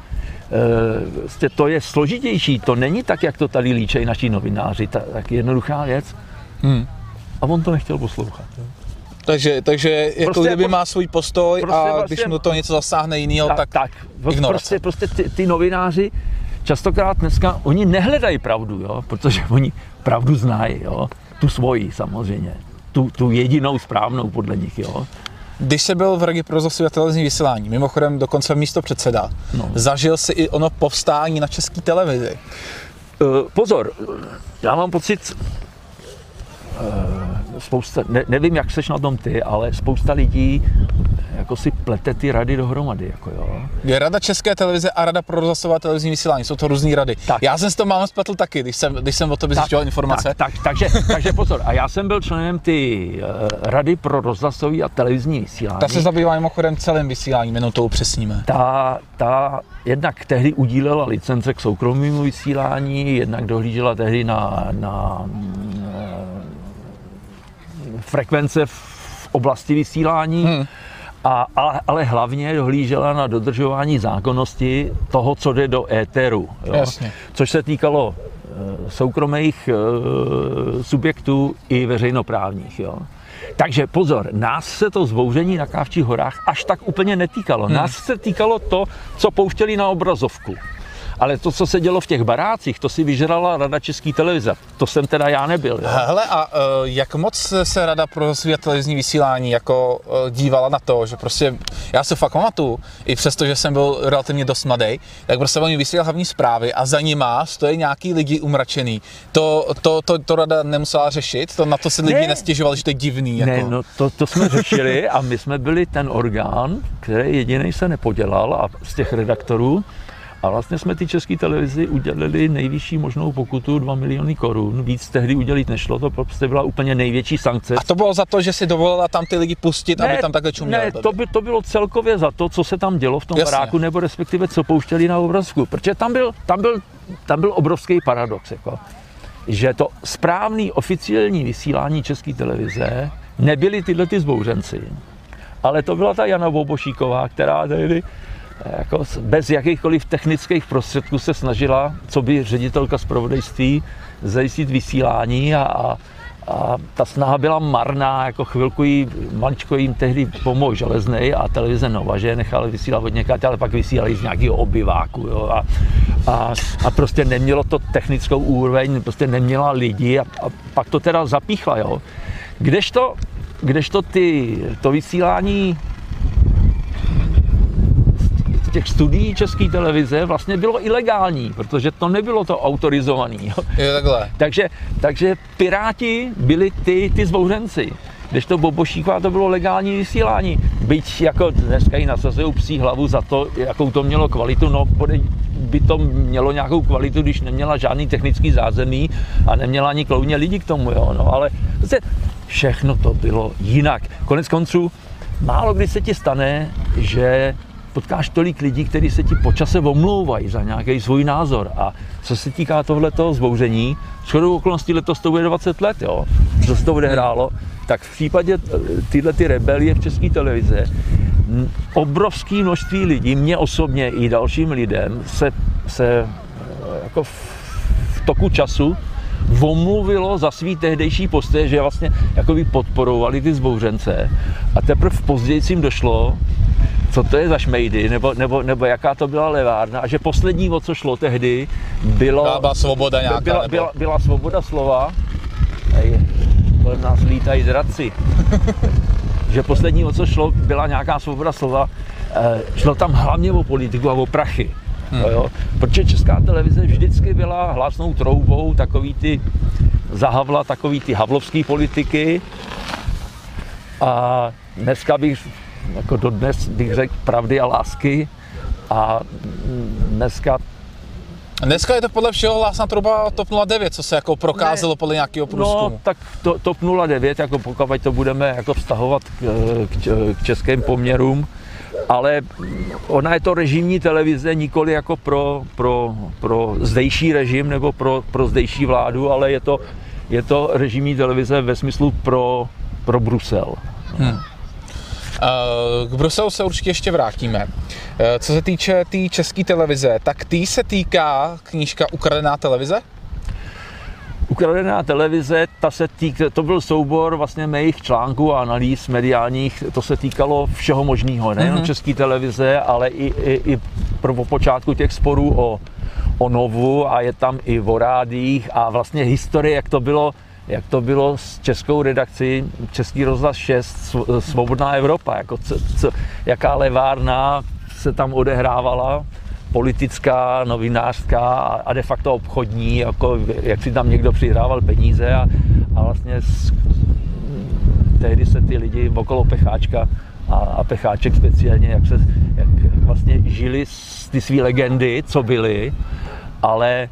E, to je složitější, to není tak, jak to tady líčejí naši novináři, ta, tak jednoduchá věc. Hmm. A on to nechtěl poslouchat. Takže, takže jako prostě, kdyby má svůj postoj prostě, a když mu do toho něco zasáhne jinýho, tak, tak, tak ignorace. Prostě, prostě ty, ty novináři častokrát dneska, oni nehledají pravdu, jo, protože oni pravdu znají, jo, tu svoji samozřejmě, tu, tu jedinou správnou podle nich, jo. Když jsi byl v Radě pro rozhlasové televizní vysílání, mimochodem dokonce místopředseda, no. Zažil jsi i ono povstání na České televizi. Uh, pozor, já mám pocit, uh, spousta, ne, nevím, jak seš na tom ty, ale spousta lidí jako si plete ty rady dohromady. Jako jo. Je Rada České televize a Rada pro rozhlasové televizní vysílání, jsou to různý rady. Tak. Já jsem s to mám spletl taky, když jsem, když jsem o tobě zjišťoval informace. Tak, tak, takže, takže pozor, a já jsem byl členem ty uh, Rady pro rozhlasové a televizní vysílání. Ta se zabývá mimochodem celým vysíláním, jenom to upřesníme. Ta, ta jednak tehdy udílela licence k soukromému vysílání, jednak dohlížela tehdy na, na frekvence v oblasti vysílání, hmm. a, ale, ale hlavně dohlížela na dodržování zákonnosti toho, co jde do éteru. Jo? Jasně. Což se týkalo e, soukromých e, subjektů i veřejnoprávních. Jo? Takže pozor, nás se to zbouření na Kávčích horách až tak úplně netýkalo. Hmm. Nás se týkalo to, co pouštěli na obrazovku. Ale to, co se dělo v těch barácích, to si vyžrala Rada České televize. To jsem teda já nebyl. Jo? Hele, a uh, jak moc se Rada pro rozhlasové televizní vysílání jako uh, dívala na to, že prostě, já se fakt pamatuju, i přesto, že jsem byl relativně dost mladý, tak prostě oni vysílali hlavní zprávy a za nima stojí nějaký lidi umračený. To, to, to, to Rada nemusela řešit? To na to si lidi ne. nestěžovali, že to je divný? Jako. Ne, no to, to jsme řešili a my jsme byli ten orgán, který jediný se nepodělal a z těch redaktorů. A vlastně jsme ty České televizi udělili nejvyšší možnou pokutu dva miliony korun. Víc tehdy udělit nešlo, to prostě byla úplně největší sankce. A to bylo za to, že si dovolila tam ty lidi pustit, ne, aby tam takhle čuměli? Ne, to, by, to bylo celkově za to, co se tam dělo v tom Jasně. baráku, nebo respektive co pouštěli na obrazku. Protože tam byl, tam byl, tam byl obrovský paradox, jako, že to správný oficiální vysílání České televize nebyli tyhle ty zbouřenci, ale to byla ta Jana Bobošíková, která tehdy jako bez jakýchkoliv technických prostředků se snažila, co by ředitelka zpravodajství, zajistit vysílání a, a, a ta snaha byla marná, jako chvilku jí, maličko jim tehdy pomohl Železnej a televize Nova, že nechali vysílat od někáť, ale pak vysílali z nějakého obyváku, jo, a, a, a prostě nemělo to technickou úroveň, prostě neměla lidi a, a pak to teda zapíchla, jo. Kdežto, kdežto ty, to vysílání těch studií České televize vlastně bylo ilegální, protože to nebylo to autorizovaný. Jo. Je takhle. Takže, takže Piráti byli ty, ty zbouřenci. Když to Bobošíková, to bylo legální vysílání. Byť jako dneska jí nasazují psí hlavu za to, jakou to mělo kvalitu, no by to mělo nějakou kvalitu, když neměla žádný technický zázemí a neměla ani klouně lidi k tomu, jo, no, ale prostě všechno to bylo jinak. Konec konců, málo kdy se ti stane, že potkáš tolik lidí, kteří se ti po čase omlouvají za nějaký svůj názor. A co se týká tohletoho zbouření, shodou okolností letos to bude dvacet let, jo, co se to odehrálo, tak v případě tyhle ty rebelie v České televize obrovské množství lidí, mě osobně i dalším lidem, se, se jako v toku času omluvilo za svý tehdejší postoje, že vlastně jakoby podporovali ty zbouřence. A teprve později jim došlo, co to je za šmejdy, nebo, nebo, nebo jaká to byla levárna, a že poslední, o co šlo tehdy, bylo... Byla, byla svoboda nějaká, byla, nebo... byla, byla svoboda slova. Hej, kolem nás lítají draci. Že poslední, o co šlo, byla nějaká svoboda slova. E, šlo tam hlavně o politiku a o prachy. Hmm. Jo? Protože Česká televize vždycky byla hlasnou troubou takový ty za Havla, takový ty havlovský politiky. A dneska bych jako dodnes bych řekl pravdy a lásky a dneska... Dneska je to podle všeho hlásná trouba TOP nula devět, co se jako prokázalo ne, podle nějakého průzkumu. No, tak to, TOP nula devět, jako pokud to budeme jako vztahovat k, k, k českým poměrům, ale ona je to režimní televize, nikoli jako pro, pro, pro zdejší režim nebo pro, pro zdejší vládu, ale je to, je to režimní televize ve smyslu pro, pro Brusel. Hmm. K Bruselu se určitě ještě vrátíme. Co se týče té tý České televize, tak tý se týká knížka Ukradená televize? Ukradená televize, ta se týk, to byl soubor vlastně mých článků a analýz mediálních, to se týkalo všeho možného, nejen mm-hmm. České televize, ale i, i, i prvopočátku těch sporů o, o Novu a je tam i o rádiích a vlastně historie, jak to bylo, jak to bylo s českou redakcí Český rozhlas šest, Svobodná Evropa, jako co, co, jaká levárna se tam odehrávala, politická, novinářská a de facto obchodní, jako jak si tam někdo přihrával peníze a, a vlastně s, tehdy se ty lidi okolo Pecháčka a, a Pecháček speciálně, jak, se, jak vlastně žili ty svý legendy, co byly, ale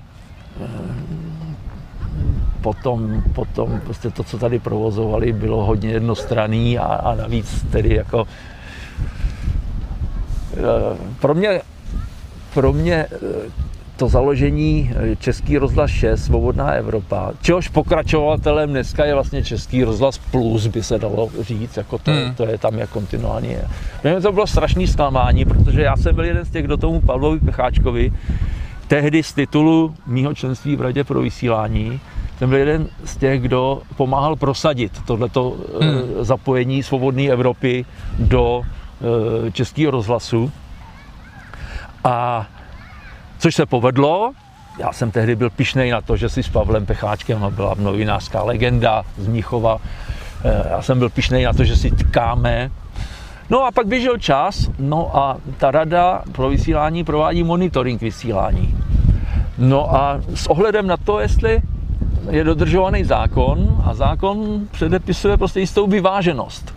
potom, potom prostě to, co tady provozovali, bylo hodně jednostranný a, a navíc tedy jako pro mě, pro mě to založení Český rozhlas šest, Svobodná Evropa, čehož pokračovatelem dneska je vlastně Český rozhlas Plus, by se dalo říct, jako to, hmm. to je tam jak kontinuálně. Pro mě to bylo strašný zklamání, protože já jsem byl jeden z těch, kdo tomu Pavlovi Pecháčkovi tehdy z titulu mýho členství v Radě pro vysílání jsem byl jeden z těch, kdo pomáhal prosadit tohleto hmm. zapojení Svobodné Evropy do Českého rozhlasu. A což se povedlo, já jsem tehdy byl pyšnej na to, že si s Pavlem Pecháčkem, a byla novinářská legenda z Mnichova, já jsem byl pyšnej na to, že si tkáme. No a pak běžel čas, no a ta Rada pro vysílání provádí monitoring vysílání. No a s ohledem na to, jestli je dodržovaný zákon, a zákon předepisuje prostě jistou vyváženost.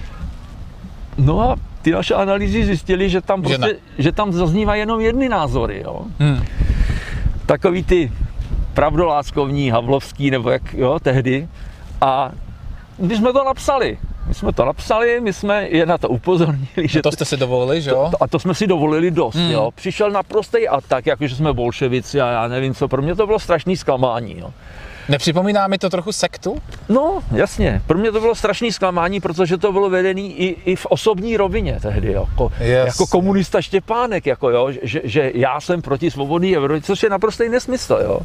No a ty naše analýzy zjistily, že tam, prostě, že, že tam zaznívají jenom jedny názory. Jo. Hmm. Takový ty pravdoláskovní, havlovský, nebo jak jo, tehdy. A my jsme to napsali. My jsme to napsali, my jsme je na to upozornili. Že a to jste si dovolili, že jo? To, a to jsme si dovolili dost, hmm. jo. Přišel naprostý atak, jakože jsme bolševici a já nevím co. Pro mě to bylo strašný zklamání, jo. Nepřipomíná mi to trochu sektu? No, jasně. Pro mě to bylo strašný zklamání, protože to bylo vedený i, i v osobní rovině tehdy, jako, yes. jako komunista Štěpánek, jako jo, že, že já jsem proti Svobodné Evropě, což je naprostý nesmysl, jo.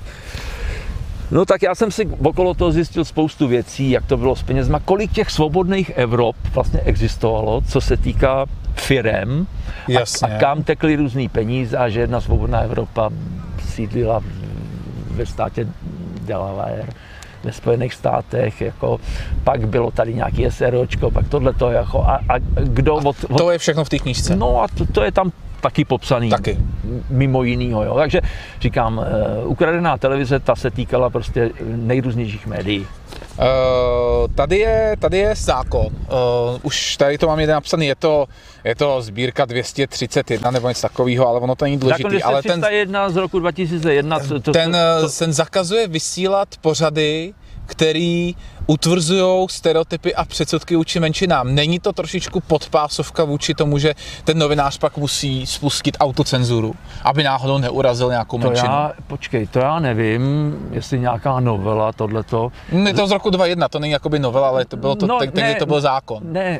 No tak já jsem si okolo toho zjistil spoustu věcí, jak to bylo s penězma, kolik těch svobodných Evrop vlastně existovalo, co se týká firem a, a kam tekly různý peníze a že jedna svobodná Evropa sídlila ve státě Delaware, ve Spojených státech, jako, pak bylo tady nějaký SROčko, pak tohleto, jako, a, a kdo a od, od... To je všechno v té knížce. No a to, to je tam taky popsaný, taky. Mimo jinýho, jo. Takže říkám, uh, ukradená televize, ta se týkala prostě nejrůznějších médií. Uh, tady, je, tady je zákon, uh, už tady to mám jeden napsaný, je to, je to sbírka dvě stě třicet jedna nebo něco takového, ale ono to není důležitý. Zákon ale ten, z roku dva tisíce jedna. To, to, ten, to, to, ten zakazuje vysílat pořady, který utvrzují stereotypy a předsudky vůči menšinám. Není to trošičku podpásovka vůči tomu, že ten novinář pak musí spustit autocenzuru, aby náhodou neurazil nějakou to menšinu? Já, počkej, to já nevím, jestli nějaká novela, tohleto. Je to z roku dva jedna, to není jakoby novela, ale to bylo to, no, ten, ne, to byl zákon. Ne,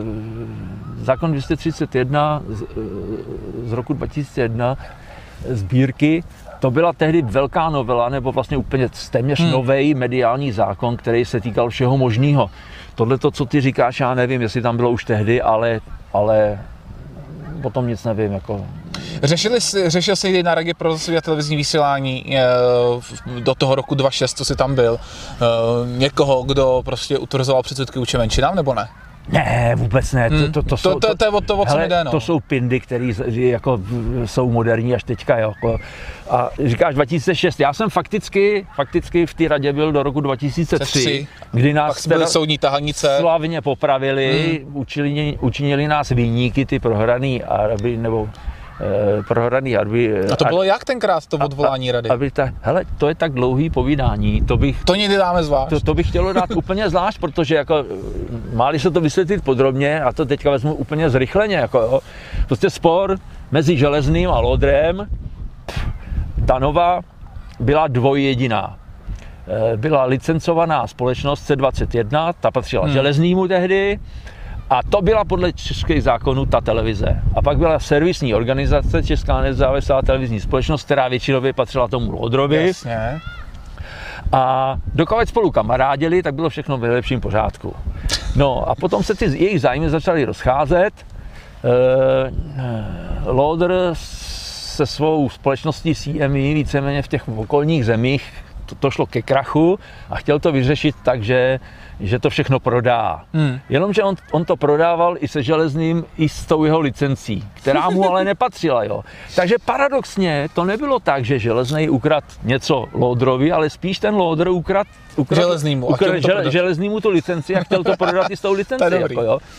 zákon dvě stě třicet jedna z, z roku dva tisíce jedna sbírky, to byla tehdy velká novela, nebo vlastně úplně téměř hmm. novej mediální zákon, který se týkal všeho možného. Tohle to, co ty říkáš, já nevím, jestli tam bylo už tehdy, ale, ale o tom nic nevím. Jako. Řešili jsi, řešil jsi někdy na Radě pro rozhlasové televizní vysílání do toho roku dva šest, co jsi tam byl, někoho, kdo prostě utvrzoval předsudky vůči menšinám, nebo ne? Ne, vůbec ne. Hmm. To, to, to, to, to, to, to je o to, o co mi jde, no. To jsou pindy, které jako jsou moderní až teďka. Jako. A říkáš dva tisíce šest, já jsem fakticky, fakticky v té radě byl do roku dva tisíce tři, kdy nás byly soudní tahanice. Slavně popravili, hmm. učili, učinili nás viníky, ty prohraný Araby, nebo eh, prohraný Araby. A to bylo jak tenkrát, to odvolání rady? Aby ta, hele, to je tak dlouhý povídání, to bych... To někdy dáme zvlášť. To, to bych chtělo dát úplně zvlášť, protože jako, máli se to vysvětlit podrobně, a to teďka vezmu úplně zrychleně, jako jo. Prostě spor mezi Železným a Lodrem, ta Nova byla dvojjediná. Byla licencovaná společnost C dvacet jedna, ta patřila hmm. Železnému tehdy, a to byla podle českých zákonů ta televize. A pak byla servisní organizace, Česká nezávislá televizní společnost, která většinově patřila tomu Lodrovi. Jasně. A dokud spolu kamarádili, tak bylo všechno v nejlepším pořádku. No a potom se ty jejich zájmy začaly rozcházet. E, Lodr se svou společností C M E víceméně v těch okolních zemích to, to šlo ke krachu a chtěl to vyřešit tak, že, že to všechno prodá. Hmm. Jenomže on, on to prodával i se Železným, i s tou jeho licencí, která mu ale nepatřila. Jo. Takže paradoxně to nebylo tak, že Železný ukradl něco Lodrovi, ale spíš ten Lodr ukradl ukradl, Železnému, ukradl žele, Železnýmu tu licenci a chtěl to prodat i s tou licencí. Jako, jo.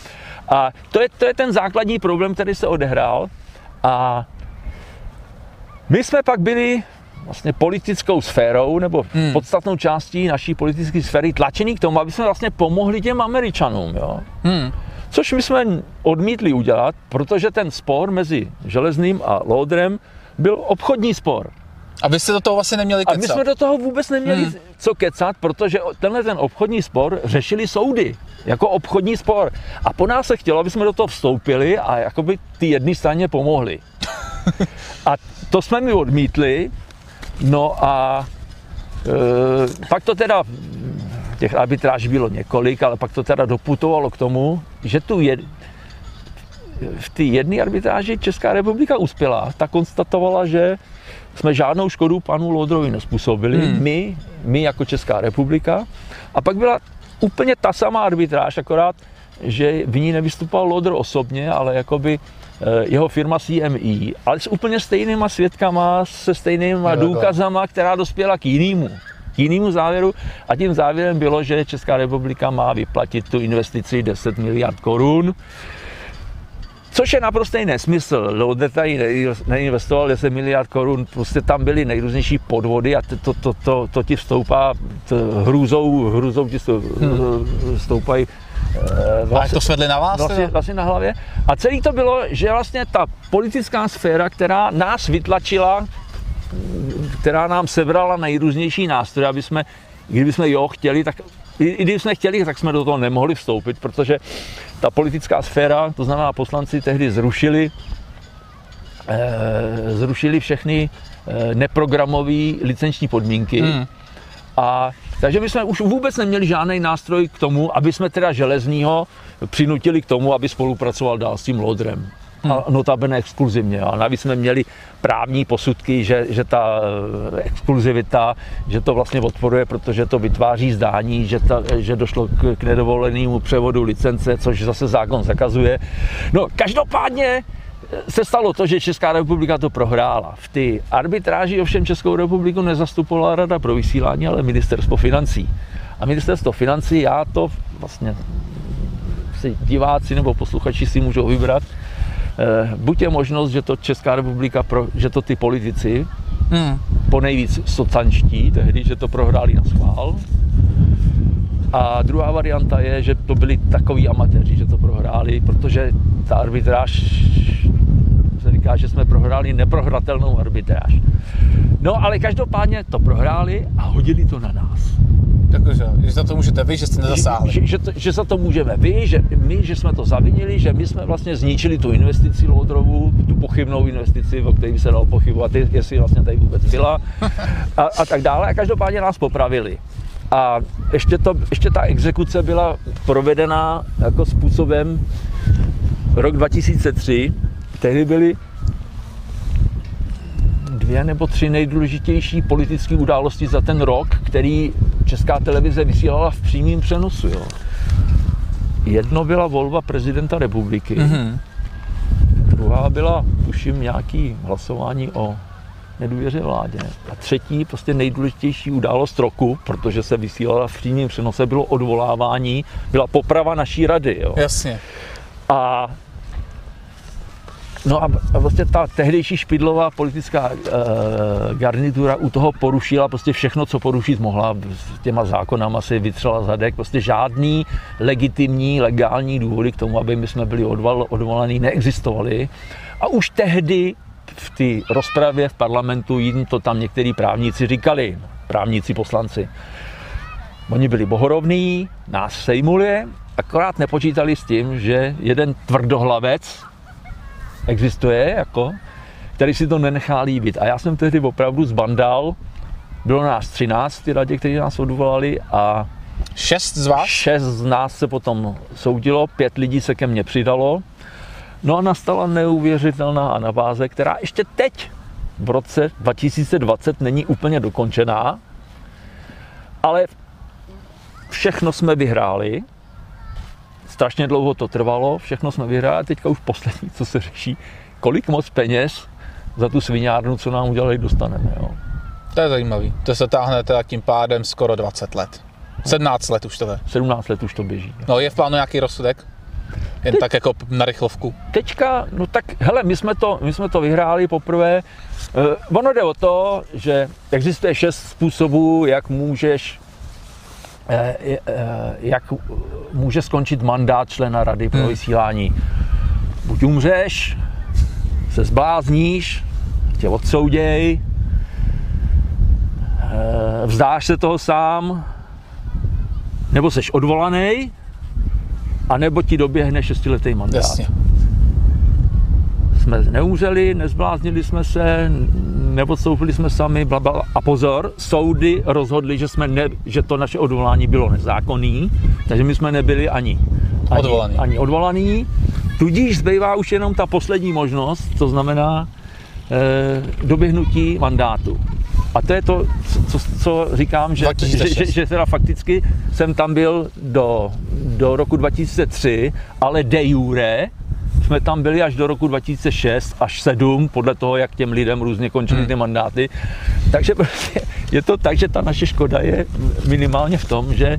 A to je, to je ten základní problém, který se odehrál. A my jsme pak byli vlastně politickou sférou, nebo hmm. podstatnou částí naší politické sféry tlačený k tomu, aby jsme vlastně pomohli těm Američanům. Jo? Hmm. Což my jsme odmítli udělat, protože ten spor mezi Železným a Lodrem byl obchodní spor. A vy jste do toho vlastně neměli kecat? A my jsme do toho vůbec neměli hmm. co kecat, protože tenhle ten obchodní spor řešili soudy. Jako obchodní spor. A po nás se chtělo, aby jsme do toho vstoupili a jakoby ty jedné straně pomohli. A to jsme mi odmítli. No a e, pak to teda, těch arbitráží bylo několik, ale pak to teda doputovalo k tomu, že tu jed, v té jedné arbitráži Česká republika uspěla. Ta konstatovala, že jsme žádnou škodu panu Lodrovi nezpůsobili, hmm. my, my jako Česká republika. A pak byla úplně ta samá arbitráž, akorát, že v ní nevystupoval Lodr osobně, ale jakoby jeho firma C M E, ale s úplně stejnýma svědkama, se stejnýma důkazama, která dospěla k jinému, k jinému závěru. A tím závěrem bylo, že Česká republika má vyplatit tu investici deset miliard korun, což je naprostý nesmysl. Lodr tady neinvestoval deset miliard korun, prostě tam byly nejrůznější podvody a to, to, to, to, to ti vstoupá hrůzou, hrůzou ti stoupají Vlastně, a to svedli na vás? Vlastně, vlastně na hlavě. A celý to bylo, že vlastně ta politická sféra, která nás vytlačila, která nám sebrala nejrůznější nástroje, aby jsme, kdybychom jo chtěli, tak i když jsme chtěli, tak jsme do toho nemohli vstoupit, protože ta politická sféra, to znamená poslanci tehdy zrušili, eh, zrušili všechny eh, neprogramové licenční podmínky. Hmm. A takže my jsme už vůbec neměli žádný nástroj k tomu, aby jsme teda Železnýho přinutili k tomu, aby spolupracoval dál s tím Lodrem. Hmm. A notabene exkluzivně. A navíc jsme měli právní posudky, že, že ta exkluzivita, že to vlastně odporuje, protože to vytváří zdání, že, ta, že došlo k, k nedovolenému převodu licence, což zase zákon zakazuje. No každopádně se stalo to, že Česká republika to prohrála. V té arbitráži ovšem Českou republiku nezastupovala Rada pro vysílání, ale Ministerstvo financí. A Ministerstvo financí, já to vlastně si diváci nebo posluchači si můžou vybrat, eh, buď je možnost, že to Česká republika, pro, že to ty politici, hmm. po nejvíc socanští, tehdy, že to prohráli na schvál. A druhá varianta je, že to byli takoví amatéři, že to prohráli, protože ta arbitráž se říká, že jsme prohráli neprohratelnou arbitráž. No ale každopádně to prohráli a hodili to na nás. Takže, že za to můžete vy, že jste nezasáhli. Že, že, to, že za to můžeme vy, že my, že jsme to zavinili, že my jsme vlastně zničili tu investici Lodrovu, tu pochybnou investici, o které by se dalo pochybovat, jestli vlastně tady vůbec byla a, a tak dále. A každopádně nás popravili. A ještě, to, ještě ta exekuce byla provedena jako způsobem rok dva tisíce tři, tehdy byly dvě nebo tři nejdůležitější politické události za ten rok, který Česká televize vysílala v přímém přenosu. Jo. Jedno byla volba prezidenta republiky, mm-hmm. druhá byla, tuším, nějaký hlasování o nedůvěře vládě. A třetí, prostě nejdůležitější událost roku, protože se vysílala v přímém přenose, bylo odvolávání, byla poprava naší rady. Jo. Jasně. A no a vlastně ta tehdejší špidlová politická e, garnitura u toho porušila prostě všechno, co porušit mohla. S těma zákonama si vytřela zadek. Prostě žádný legitimní, legální důvody k tomu, aby my jsme byli odval, odvolaní, neexistovaly. A už tehdy v té rozpravě v parlamentu jim to tam některý právníci říkali, právníci poslanci. Oni byli bohorovní, nás sejmuli, akorát nepočítali s tím, že jeden tvrdohlavec existuje, jako, který si to nenechá líbit. A já jsem tehdy opravdu zbandal, bylo nás třináct, ty radě, kteří nás odvolali a šest z vás? Šest z nás se potom soudilo, pět lidí se ke mně přidalo. No a nastala neuvěřitelná anabáze, která ještě teď v roce dva tisíce dvacet není úplně dokončená, ale všechno jsme vyhráli. Strašně dlouho to trvalo, všechno jsme vyhráli a teďka už poslední, co se řeší, kolik moc peněz za tu sviňárnu, co nám udělali, dostaneme. Jo. To je zajímavý. To se táhne teda tím pádem skoro dvacet let. sedmnáct let už to je. sedmnáct let už to běží. Jo. No je v plánu nějaký rozsudek? Jen Teď, tak jako na rychlovku. Teďka, no tak, hele, my jsme to, my jsme to vyhráli poprvé. Uh, ono jde o to, že existuje šest způsobů, jak můžeš jak může skončit mandát člena Rady pro vysílání. Buď umřeš, se zblázníš, tě odsouděj, vzdáš se toho sám, nebo seš odvolanej, anebo ti doběhne šestiletý mandát. Jasně. Jsme neumřeli, nezbláznili jsme se, neodstoupili jsme sami, blabla. A pozor, soudy rozhodly, že, jsme ne, že to naše odvolání bylo nezákonný, takže my jsme nebyli ani, ani, odvolaný. ani odvolaný. Tudíž zbývá už jenom ta poslední možnost, to znamená eh, doběhnutí mandátu. A to je to, co, co říkám, že, že, že, že teda fakticky jsem tam byl do, do roku dva tisíce tři, ale de jure jsme tam byli až do roku dva tisíce šest až sedm, podle toho, jak těm lidem různě končily ty mandáty. Takže prostě je to tak, že ta naše škoda je minimálně v tom, že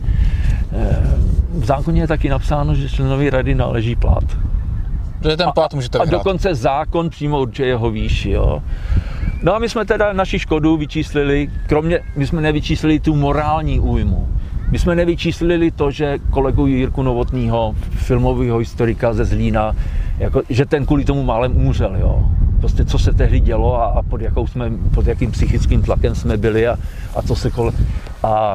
v zákoně je taky napsáno, že členovi rady náleží plat. Že ten plat můžete vyhrát. A dokonce zákon přímo určuje jeho výši, jo. No a my jsme teda naši škodu vyčíslili, kromě, my jsme nevyčíslili tu morální újmu. My jsme nevyčíslili to, že kolegu Jirku Novotnýho, filmového historika ze Zlína, jako, že ten kvůli tomu málem umřel, jo. Prostě co se tehdy dělo a, a pod, jakou jsme, pod jakým psychickým tlakem jsme byli a, a co se kole... A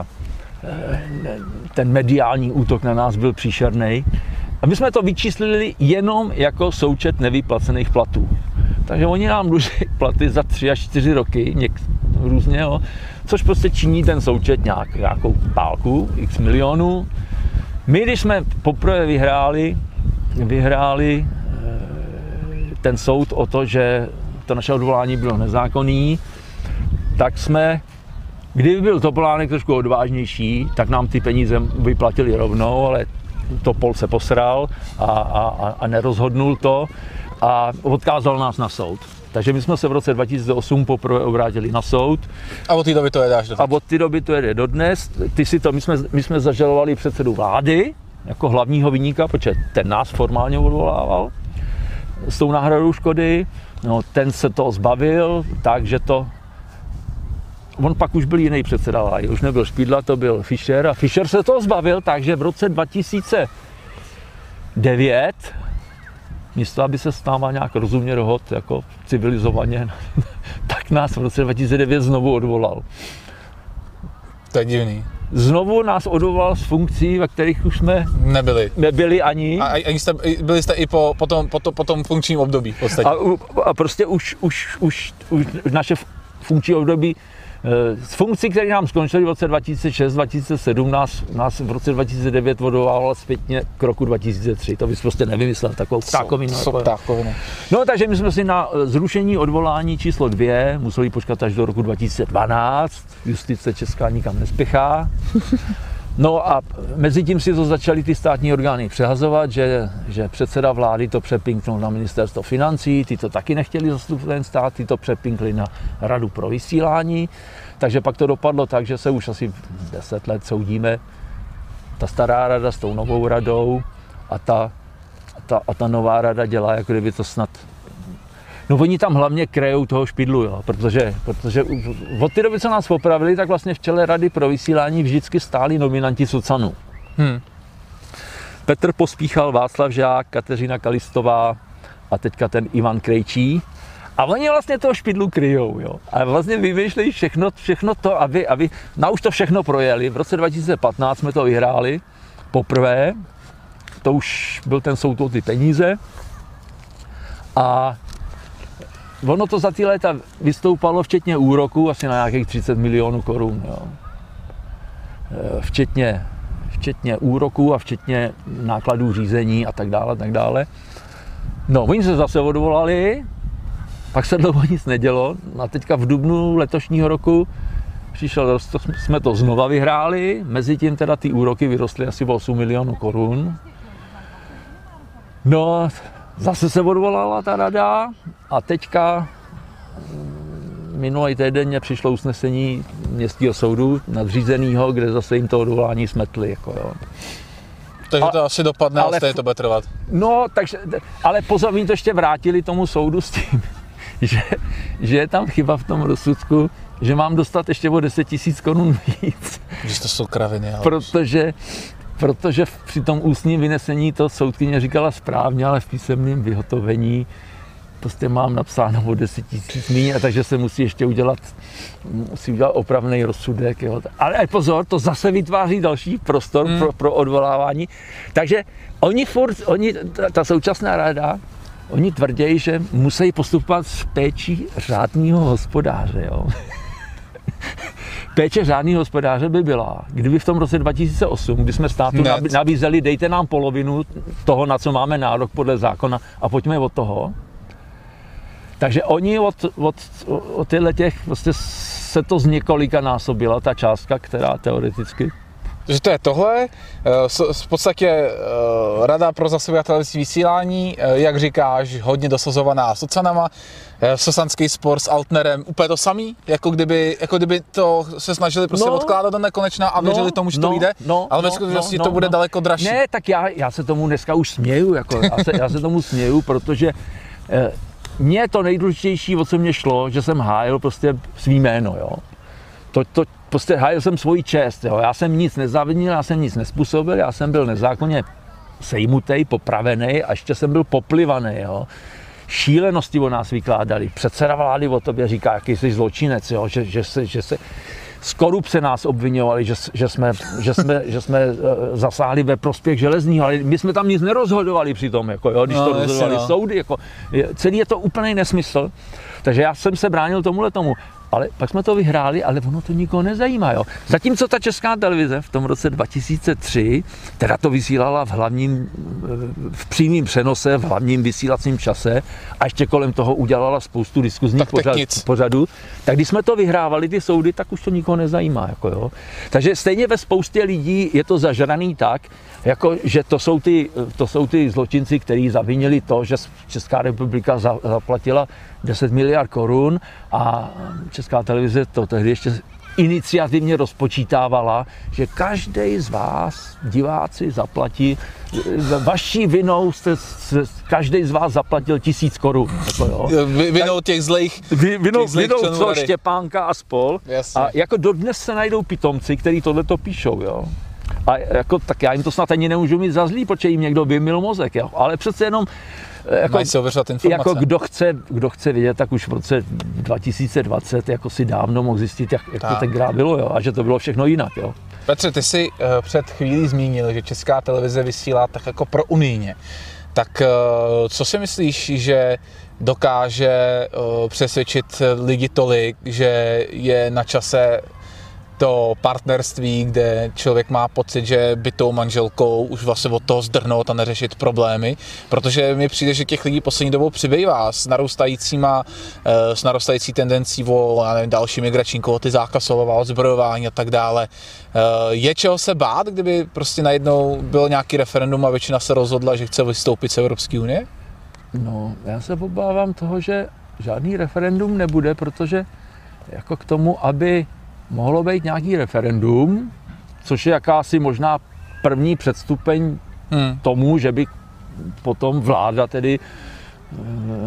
ten mediální útok na nás byl příšerný. A my jsme to vyčíslili jenom jako součet nevyplacených platů. Takže oni nám dluží platy za tři až čtyři roky, něk, různě, jo, což prostě činí ten součet nějak, nějakou pálku, x milionů. My, když jsme poprvé vyhráli, vyhráli ten soud o to, že to naše odvolání bylo nezákonný, tak jsme, kdyby byl Topolánek trošku odvážnější, tak nám ty peníze vyplatili rovnou, ale Topol se posral a, a, a nerozhodnul to a odkázal nás na soud. Takže my jsme se v roce dva tisíce osm poprvé obrátili na soud. A od té doby to jede až dodnes. A od té doby to jede dodnes. Ty si to, my jsme, my jsme zažalovali předsedu vlády jako hlavního viníka, protože ten nás formálně odvolával s tou náhradou škody. No, ten se toho zbavil, takže to... On pak už byl jiný předseda vlády, už nebyl Špidla, to byl Fischer a Fischer se toho zbavil, takže v roce dva tisíce devět místo, aby se stával nějak rozumně dohod, jako civilizovaně, tak nás v roce dva tisíce devět znovu odvolal. To je divný. Znovu nás odvolal z funkcí, ve kterých už jsme nebyli, nebyli ani. A, a jste, byli jste i po, po, tom, po, to, po tom funkčním období v podstatě. A, a prostě už, už, už, už naše funkční období z funkcí, které nám skončily v roce dva tisíce šest dva tisíce sedm, nás, nás v roce dva tisíce devět odvolával zpětně k roku dva tisíce tři. To bys prostě nevymyslel, takovou ptákovinu. Co, co ptákovinu. No takže my jsme si na zrušení odvolání číslo dvě museli počkat až do roku dva tisíce dvanáct. Justice česká nikam nespěchá. No a mezi tím si to začaly ty státní orgány přehazovat, že, že předseda vlády to přepinknul na ministerstvo financí, ty to taky nechtěli zastupovat ten stát, ty to přepinkli na Radu pro vysílání, takže pak to dopadlo tak, že se už asi deset let soudíme ta stará rada s tou novou radou a ta, a ta, a ta nová rada dělá, jako kdyby to snad... No oni tam hlavně krejou toho Špidlu, jo, protože, protože od té doby, co nás popravili, tak vlastně v čele Rady pro vysílání vždycky stáli nominanti Sucanu. Hmm. Petr Pospíchal, Václav Žák, Kateřina Kalistová a teďka ten Ivan Krejčí. A oni vlastně toho Špidlu kryjou, jo. A vlastně vymýšlejí všechno, všechno to, aby, aby, no už to všechno projeli. V roce dva tisíce patnáct jsme to vyhráli poprvé. To už byl ten soud o ty peníze. A ono to za ty léta vystoupalo včetně úroku asi na nějakých třicet milionů korun. Jo. Včetně, včetně úroku a včetně nákladů řízení a tak dále, a tak dále. No, oni se zase odvolali, pak se dlouho nic nedělo a teďka v dubnu letošního roku přišel, jsme to znova vyhráli, mezitím teda ty úroky vyrostly asi o osm milionů korun. No, zase se odvolala ta rada a teďka minulý týden mě přišlo usnesení městského soudu nadřízenýho, kde zase jim to odvolání smetli. Jako jo. Takže to asi dopadne, ale stejně to bude trvat. No, takže, ale pozor, oni to ještě vrátili tomu soudu s tím, že, že je tam chyba v tom rozsudku, že mám dostat ještě o deset tisíc korun víc. Že to jsou kraviny. Ale... Protože, protože při tom ústním vynesení to soudkyně říkala správně, ale v písemném vyhotovení prostě mám napsáno o deset tisíc míň, a takže se musí ještě udělat, musí udělat opravný rozsudek. Jo. Ale pozor, to zase vytváří další prostor hmm. pro, pro odvolávání. Takže oni furt, oni, ta, ta současná rada, oni tvrdí, že musí postupovat s péčí řádného hospodáře. Jo. Péče řádného hospodáře by byla, kdyby v tom roce dva tisíce osm, kdy jsme státu Net. nabízeli, dejte nám polovinu toho, na co máme nárok podle zákona, a pojďme od toho. Takže oni od, od, od těchto těch, prostě se to z několika násobila, ta částka, která teoreticky... Takže to je tohle, v podstatě Rada pro zásobové televizní vysílání, jak říkáš, hodně dosazovaná socanama, sosanský spor s Altnerem, úplně to samý, jako kdyby, jako kdyby to se snažili prostě no, odkládat do nekonečna a věřili no, tomu, že to no, vyjde, no, ale ve skutečnosti no, to bude no. daleko dražší. Ne, tak já, já se tomu dneska už směju, jako, já, se, já se tomu směju, protože eh, mně to nejdůležitější, o co mě šlo, že jsem hájil prostě svý jméno, jo. To, to, prostě hájil jsem svoji čest, jo. Já jsem nic nezavinil, já jsem nic nespůsobil, já jsem byl nezákonně sejmutej, popravený a ještě jsem byl poplivaný, jo. Šílenosti o nás vykládali. Předseda vlády o tobě říká, jaký jsi zločinec, jo. Že, že, se, že se z korupce nás obviňovali, že, že, jsme, že, jsme, že jsme zasáhli ve prospěch železního, ale my jsme tam nic nerozhodovali přitom, jako, jo, když no, to rozhodovali no. soudy. Jako, celý je to úplný nesmysl. Takže já jsem se bránil tomuhle tomu. Ale pak jsme to vyhráli, ale ono to nikoho nezajímá. Jo. Zatímco ta Česká televize v tom roce dva tisíce tři, teda to vysílala v hlavním, v přímém přenose, v hlavním vysílacím čase a ještě kolem toho udělala spoustu diskuzních pořad, pořadů, tak když jsme to vyhrávali, ty soudy, tak už to nikoho nezajímá. Jako jo. Takže stejně ve spoustě lidí je to zažraný tak, jako, že to jsou, ty, to jsou ty zločinci, kteří zavinili to, že Česká republika za, zaplatila deset miliard korun a Česká televize to tehdy ještě iniciativně rozpočítávala, že každý z vás, diváci, zaplatí, vaší vinou jste, každý z vás zaplatil tisíc korun. Jako vinou těch zlých vy, Vinou, těch zlých vinou co Štěpánka a spol. Jasně. A jako dodnes se najdou pitomci, kteří tohleto píšou. Jo. A jako, tak já jim to snad ani nemůžu mít za zlý, protože jim někdo vymyl mozek. Jo. Ale přece jenom Jako, jako kdo, chce, kdo chce vědět, tak už v roce dva tisíce dvacet jako si dávno mohl zjistit, jak, jak to tenkrát bylo, jo, a že to bylo všechno jinak. Jo. Petře, ty jsi uh, před chvílí zmínil, že Česká televize vysílá tak jako pro unijně. Tak uh, co si myslíš, že dokáže uh, přesvědčit lidi tolik, že je na čase to partnerství, kde člověk má pocit, že by tou manželkou už vlastně od toho zdrhnout a neřešit problémy, protože mi přijde, že těch lidí poslední dobou přibývá s narůstajícíma, s narůstající tendencí o já nevím, další migrační kvóty, zákaz slova, odzbrojování a tak dále. Je čeho se bát, kdyby prostě najednou bylo nějaký referendum a většina se rozhodla, že chce vystoupit z Evropské unie? No, já se obávám toho, že žádný referendum nebude, protože jako k tomu, aby mohlo být nějaký referendum, což je jakási možná první předstupeň hmm. tomu, že by potom vláda tedy e,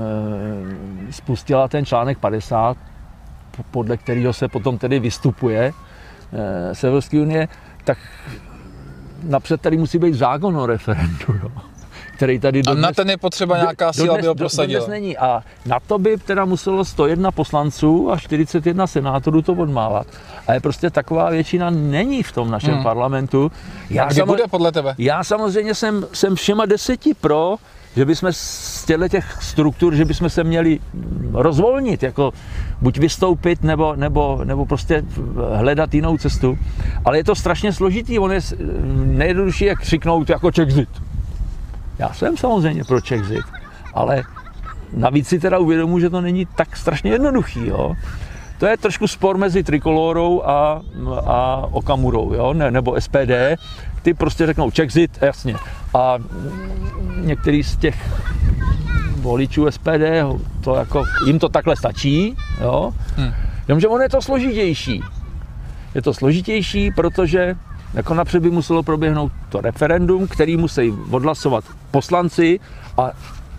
spustila ten článek padesát, podle kterého se potom tedy vystupuje e, z Evropské unie, tak napřed tady musí být zákon o referendu. Jo. Který tady dodnes, a na ten je potřeba nějaká síla, aby ho prosadila. Není. A na to by teda muselo sto jedna poslanců a čtyřicet jedna senátorů to odmávat. Ale prostě taková většina není v tom našem hmm. parlamentu. Já a kdy bude podle tebe? Já samozřejmě jsem, jsem všema deseti pro, že bychom z těch struktur, že bychom se měli rozvolnit, jako buď vystoupit, nebo, nebo, nebo prostě hledat jinou cestu. Ale je to strašně složitý, on je nejjednodušší, jak křiknout jako Czexit. Já jsem samozřejmě pro Czexit, ale navíc si teda uvědomuji, že to není tak strašně jednoduchý. Jo. To je trošku spor mezi Trikolórou a, a Okamurou, jo, ne, nebo S P D. Ty prostě řeknou Czexit, jasně. A některý z těch voličů S P D, to jako, jim to takhle stačí, jo. Hmm. Jenomže ono je to složitější. Je to složitější, protože Jako napřed by muselo proběhnout to referendum, který musí odhlasovat poslanci a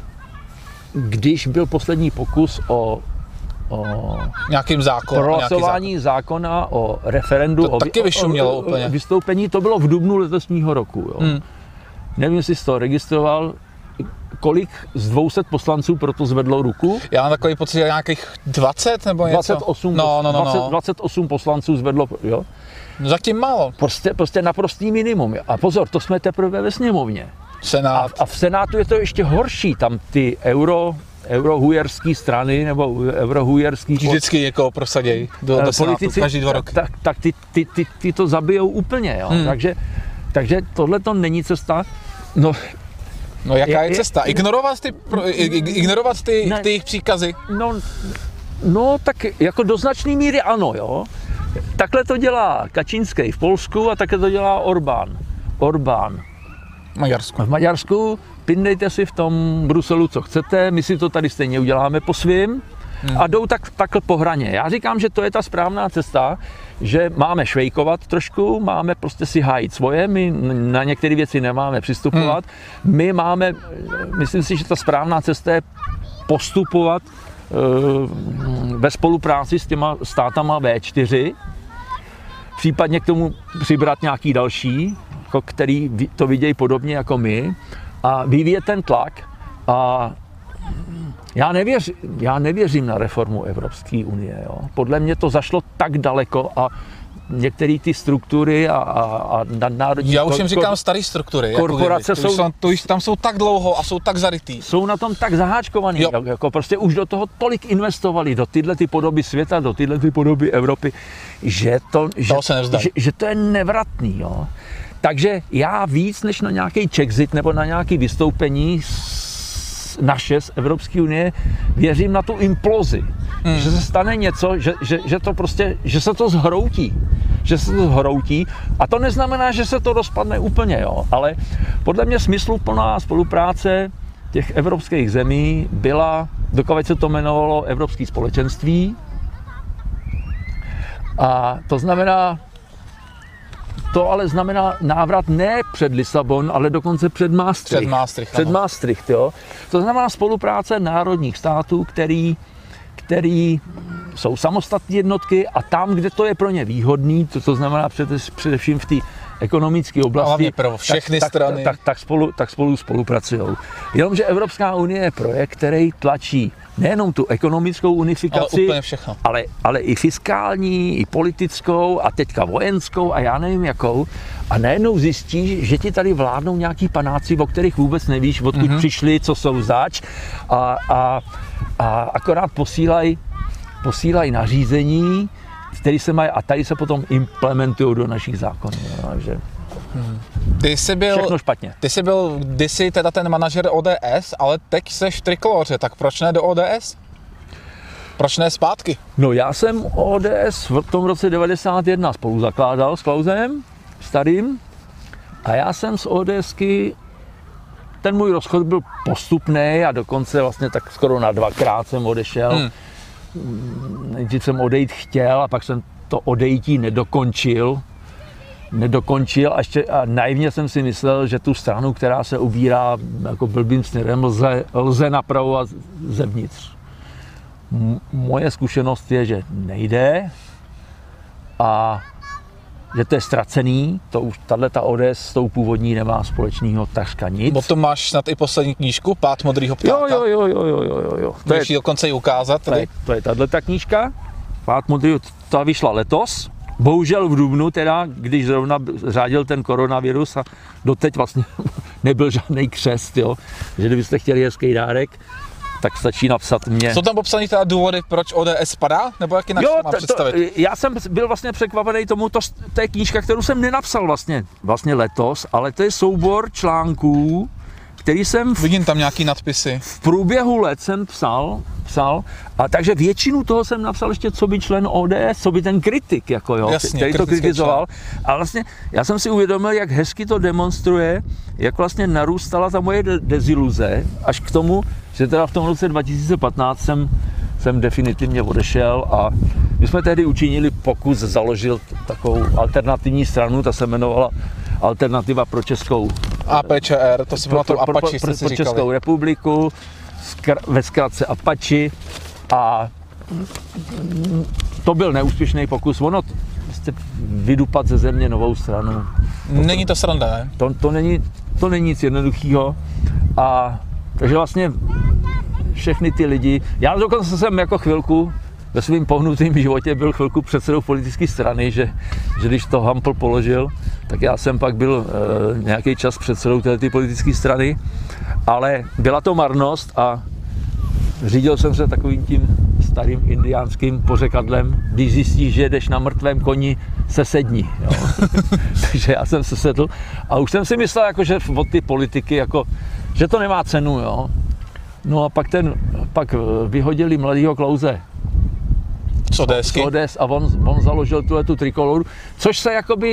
když byl poslední pokus o, o nějakým zákonem, prohlasování zákon. zákona o referendu, to o, taky vyšumělo o, o, úplně. o vystoupení, to bylo v dubnu letošního roku. Jo. Hmm. Nevím, jestli jsi to registroval, kolik z dvou set poslanců proto zvedlo ruku? Já mám takový pocit, že nějakých dvacet nebo něco? dvacet osm, no, no, no, dvacet, no. dvacet osm poslanců zvedlo, jo? No zatím málo. Prostě, prostě naprostý minimum. A pozor, to jsme teprve ve sněmovně. Senát. A, a v Senátu je to ještě horší, tam ty euro, eurohujerský strany nebo eurohujerský vždycky někoho prosadějí do, do Senátu každý dva roky. Tak, tak ty, ty, ty, ty to zabijou úplně, jo? Hmm. Takže, takže tohle to není cesta. No, No jaká je, je cesta? Ignorovat ty, ignorovat ty, ne, ty jejich příkazy? No, no tak jako do značné míry ano, jo. Takhle to dělá Kačínský v Polsku a takhle to dělá Orbán. Orbán. Maďarsku. V Maďarsku pindejte si v tom Bruselu, co chcete, my si to tady stejně uděláme po svým hmm. a jdou tak, takhle po hraně. Já říkám, že to je ta správná cesta, že máme švejkovat trošku, máme prostě si hájit svoje, my na některé věci nemáme přistupovat. Hmm. My máme, myslím si, že ta správná cesta je postupovat uh, ve spolupráci s těma státama vé čtyři, případně k tomu přibrat nějaký další, jako který to vidějí podobně jako my a vyvíjet ten tlak a Já, nevěř, já nevěřím na reformu Evropské unie. Jo. Podle mě to zašlo tak daleko a některé ty struktury a, a, a národní... Já už jim říkám staré struktury. Korporace jako jsou... To, to už tam jsou tak dlouho a jsou tak zarytý. Jsou na tom tak zaháčkovaný. Jo. Jako prostě už do toho tolik investovali, do tyhle ty podoby světa, do tyhle ty podoby Evropy, že to, že, že, že to je nevratný. Jo. Takže já víc než na nějaký Czexit nebo na nějaké vystoupení naše z Evropské unie, věřím na tu implozi. Hmm. Že se stane něco, že, že, že to prostě, že se to zhroutí. Že se to zhroutí. A to neznamená, že se to rozpadne úplně, jo. Ale podle mě smysluplná spolupráce těch evropských zemí byla, dokud se to jmenovalo Evropské společenství. A to znamená, to ale znamená návrat ne před Lisabon, ale dokonce před Maastricht. Před Maastricht, před Maastricht, jo. To znamená spolupráce národních států, který, který jsou samostatné jednotky a tam, kde to je pro ně výhodný, to, to znamená před, především v té ekonomické oblasti, pro všechny tak, strany. Tak, tak, tak, spolu, tak spolu spolupracují. Jenomže Evropská unie je projekt, který tlačí nejenom tu ekonomickou unifikaci, ale, všechno. ale, ale i fiskální, i politickou a teďka vojenskou a já nevím jakou. A najednou zjistíš, že ti tady vládnou nějaký panáci, o kterých vůbec nevíš, odkud mm-hmm. přišli, co jsou zač a, a, a akorát posílají posílaj nařízení, které se mají a tady se potom implementují do našich zákonů. Takže Ty jsi byl, všechno špatně. Ty jsi byl kdysi teda ten manažer O D S, ale teď seš v Trikoloře, tak proč ne do O D S? Proč ne zpátky? No já jsem O D S v tom roce devadesát jedna spolu zakládal s Klausem starým a já jsem z ODSky, ten můj rozchod byl postupný a dokonce vlastně tak skoro na dvakrát jsem odešel. Hmm. Nejdřív jsem odejít chtěl a pak jsem to odejítí nedokončil. nedokončil a ještě a naivně jsem si myslel, že tu stranu, která se ubírá jako blbým směrem, lze, lze napravovat zevnitř. M- moje zkušenost je, že nejde a že to je ztracený, to už tato O D S s tou původní nemá společného takřka nic. O tom máš snad i poslední knížku, Pád modrýho ptáka. Jo, jo, jo, jo, jo, jo. To je dokonce i ukázat. To je, to je tato knížka, Pád modrýho, ta vyšla letos. Bohužel v dubnu teda, když zrovna řádil ten koronavirus a doteď vlastně nebyl žádný křest, jo. Že kdybyste chtěli hezký dárek, tak stačí napsat mě. Jsou tam popsaný teda důvody, proč O D S padá? Nebo jak jinak to mám představit? To, já jsem byl vlastně překvapený tomu, to, to je knížka, kterou jsem nenapsal vlastně, vlastně letos, ale to je soubor článků, který jsem... V, Vidím tam nějaký nadpisy. V průběhu let jsem psal, psal, a takže většinu toho jsem napsal ještě, co by člen O D S, co by ten kritik, jako jo, Jasně, který to kritizoval. A vlastně já jsem si uvědomil, jak hezky to demonstruje, jak vlastně narůstala ta moje de- deziluze, až k tomu, že teda v tom roce dva tisíce patnáct jsem jsem definitivně odešel a my jsme tehdy učinili pokus, založil takovou alternativní stranu, ta se jmenovala Alternativa pro Českou A P Č R, to si bylo to Apache, pro, pro, jste pro Českou republiku, ve zkratce Apache, a to byl neúspěšný pokus. Ono prostě vydupat ze země novou stranu. Není to sranda, ne? To, to, není, to není nic jednoduchého. A takže vlastně všechny ty lidi, já dokonce jsem jako chvilku ve svým pohnutým životě byl chvilku předsedou politické strany, že, že když to Hampl položil, tak já jsem pak byl e, nějaký čas předsedou této politické strany, ale byla to marnost a řídil jsem se takovým tím starým indiánským pořekadlem, když zjistíš, že jdeš na mrtvém koni, se sedni. Jo. Takže já jsem se sedl a už jsem si myslel, jako, že od ty politiky, jako, že to nemá cenu. Jo. No a pak, ten, pak vyhodili mladýho Klause z ODSky. Z O D S a on, on založil tuhletu Trikoloru, což se jakoby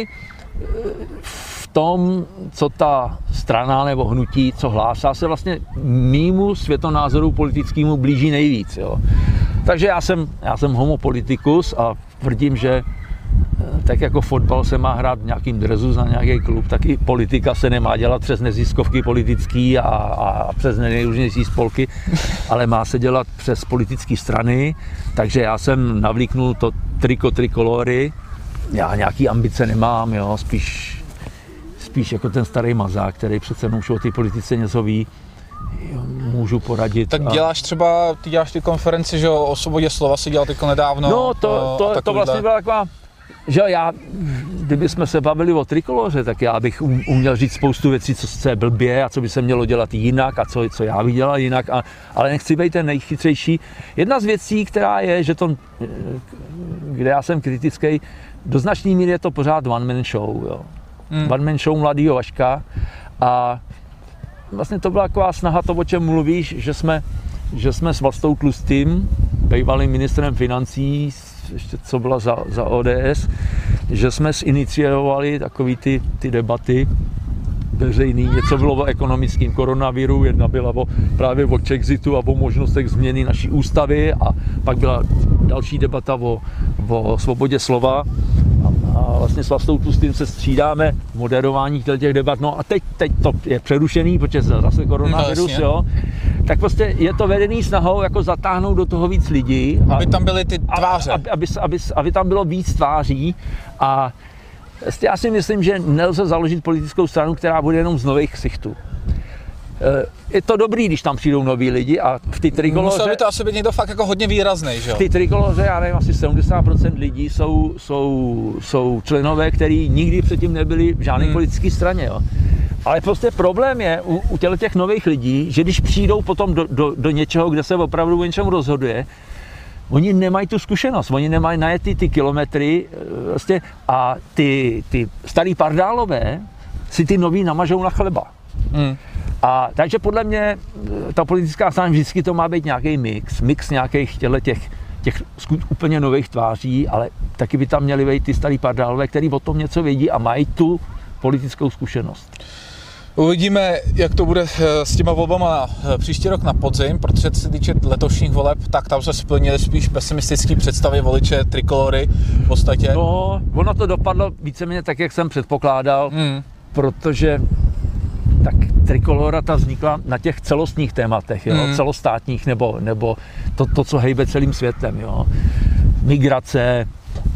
v tom, co ta strana nebo hnutí, co hlásá, se vlastně mýmu světonázoru politickému blíží nejvíc. Jo. Takže já jsem, já jsem homopolitikus a tvrdím, že tak jako fotbal se má hrát v nějakým drezu za nějaký klub, tak i politika se nemá dělat přes neziskovky politický a, a přes nejrůznější spolky, ale má se dělat přes politické strany. Takže já jsem navlíknul to triko Trikolory. Já nějaký ambice nemám, jo, spíš, spíš jako ten starý mazák, který přece už o té politice něco ví, můžu poradit. Tak děláš třeba, ty děláš ty konferenci, že o svobodě slova si dělal tyko nedávno. No to, to, to vlastně byla taková, že já, kdybychom se bavili o Trikoloře, tak já bych uměl říct spoustu věcí, co je blbě a co by se mělo dělat jinak a co, co já bych dělal jinak, a, ale nechci být ten nejchytřejší. Jedna z věcí, která je, že to, kde já jsem kritický, do značné míry je to pořád one man show, jo. Hmm. One man show mladýho Vaška a vlastně to byla taková snaha, to, o čem mluvíš, že jsme, že jsme s Vlastou Tlustým, bývalým ministrem financí, ještě co byla za, za O D S, že jsme ziniciovali takový ty, ty debaty veřejný, něco bylo o ekonomickém koronaviru, jedna byla o, právě o Chexitu a o možnostech změny naší ústavy a pak byla další debata o, o svobodě slova. A vlastně s Vlastou Tlustým se střídáme v moderování těch debat. No a teď, teď to je přerušený, protože zase koronavirus, no, jo. Tak prostě je to vedený snahou jako zatáhnout do toho víc lidí. Aby tam byly ty tváře. Aby, aby, aby, aby tam bylo víc tváří. A já si myslím, že nelze založit politickou stranu, která bude jenom z nových ksichtů. Je to dobrý, když tam přijdou noví lidi a v té Trikoloře... Musel by to asi být někdo fakt jako hodně výrazný, že jo? V té Trikoloře, já nevím, asi sedmdesát procent lidí jsou, jsou, jsou členové, kteří nikdy předtím nebyli v žádné hmm. politické straně, jo. Ale prostě problém je u, u těch nových lidí, že když přijdou potom do, do, do něčeho, kde se opravdu o něčem rozhoduje, oni nemají tu zkušenost, oni nemají najetý ty kilometry vlastně, a ty, ty starý pardálové si ty noví namažou na chleba. Hmm. A takže podle mě ta politická strana vždycky to má být nějaký mix, mix nějakých těch, těch úplně nových tváří, ale taky by tam měly být ty starý pardálové, který o tom něco vědí a mají tu politickou zkušenost. Uvidíme, jak to bude s těma volbama příští rok na podzim, protože co se týče letošních voleb, tak tam se splnily spíš pesimistické představy voliče Trikolory v podstatě. No, ono to dopadlo víceméně tak, jak jsem předpokládal, hmm. protože tak Trikolora ta vznikla na těch celostních tématech, jo, hmm. celostátních, nebo, nebo to, to, co hejbe celým světem, jo. Migrace,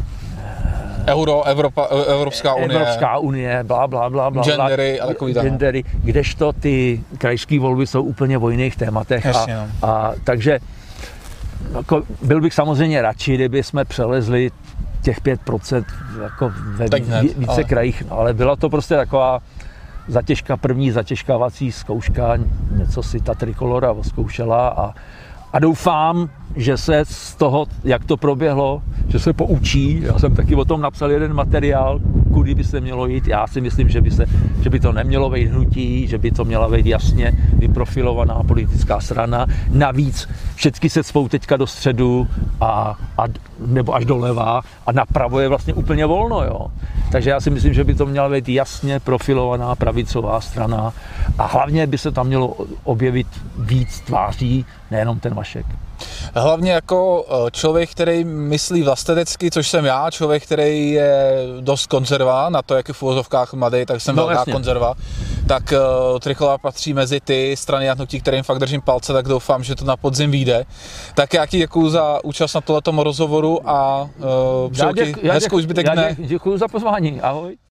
Euro, Evropa, Evropská unie, Evropská unie, blá, blá, blá, blá, gendery a takový tam. Gendery, kdežto ty krajské volby jsou úplně o jiných tématech. Jasně, a, no. a takže jako, byl bych samozřejmě radši, kdyby jsme přelezli těch pět procent jako ve hned, více ale... krajích, ale byla to prostě taková zatěžka, první zatěžkávací zkouška, něco si ta Trikolora oskoušela a, a doufám, že se z toho, jak to proběhlo, že se poučí. Já jsem taky o tom napsal jeden materiál, kudy by se mělo jít. Já si myslím, že by, se, že by to nemělo být hnutí, že by to měla být jasně vyprofilovaná politická strana. Navíc všechny se cvou teďka do středu a, a, nebo až doleva a napravo je vlastně úplně volno. Jo. Takže já si myslím, že by to měla být jasně profilovaná pravicová strana a hlavně by se tam mělo objevit víc tváří, nejenom ten Vašek. Hlavně jako člověk, který myslí vlastenecky, což jsem já, člověk, který je dost konzerva, na to, jak je v uvozovkách mladý, tak jsem no, velká jasně. konzerva, tak uh, Trikolóra patří mezi ty strany a hnutí, kterým fakt držím palce, tak doufám, že to na podzim vyjde. Tak já ti děkuju za účast na tohletom rozhovoru a uh, přeju ti hezkou zbytek dne. Děkuju za pozvání, ahoj.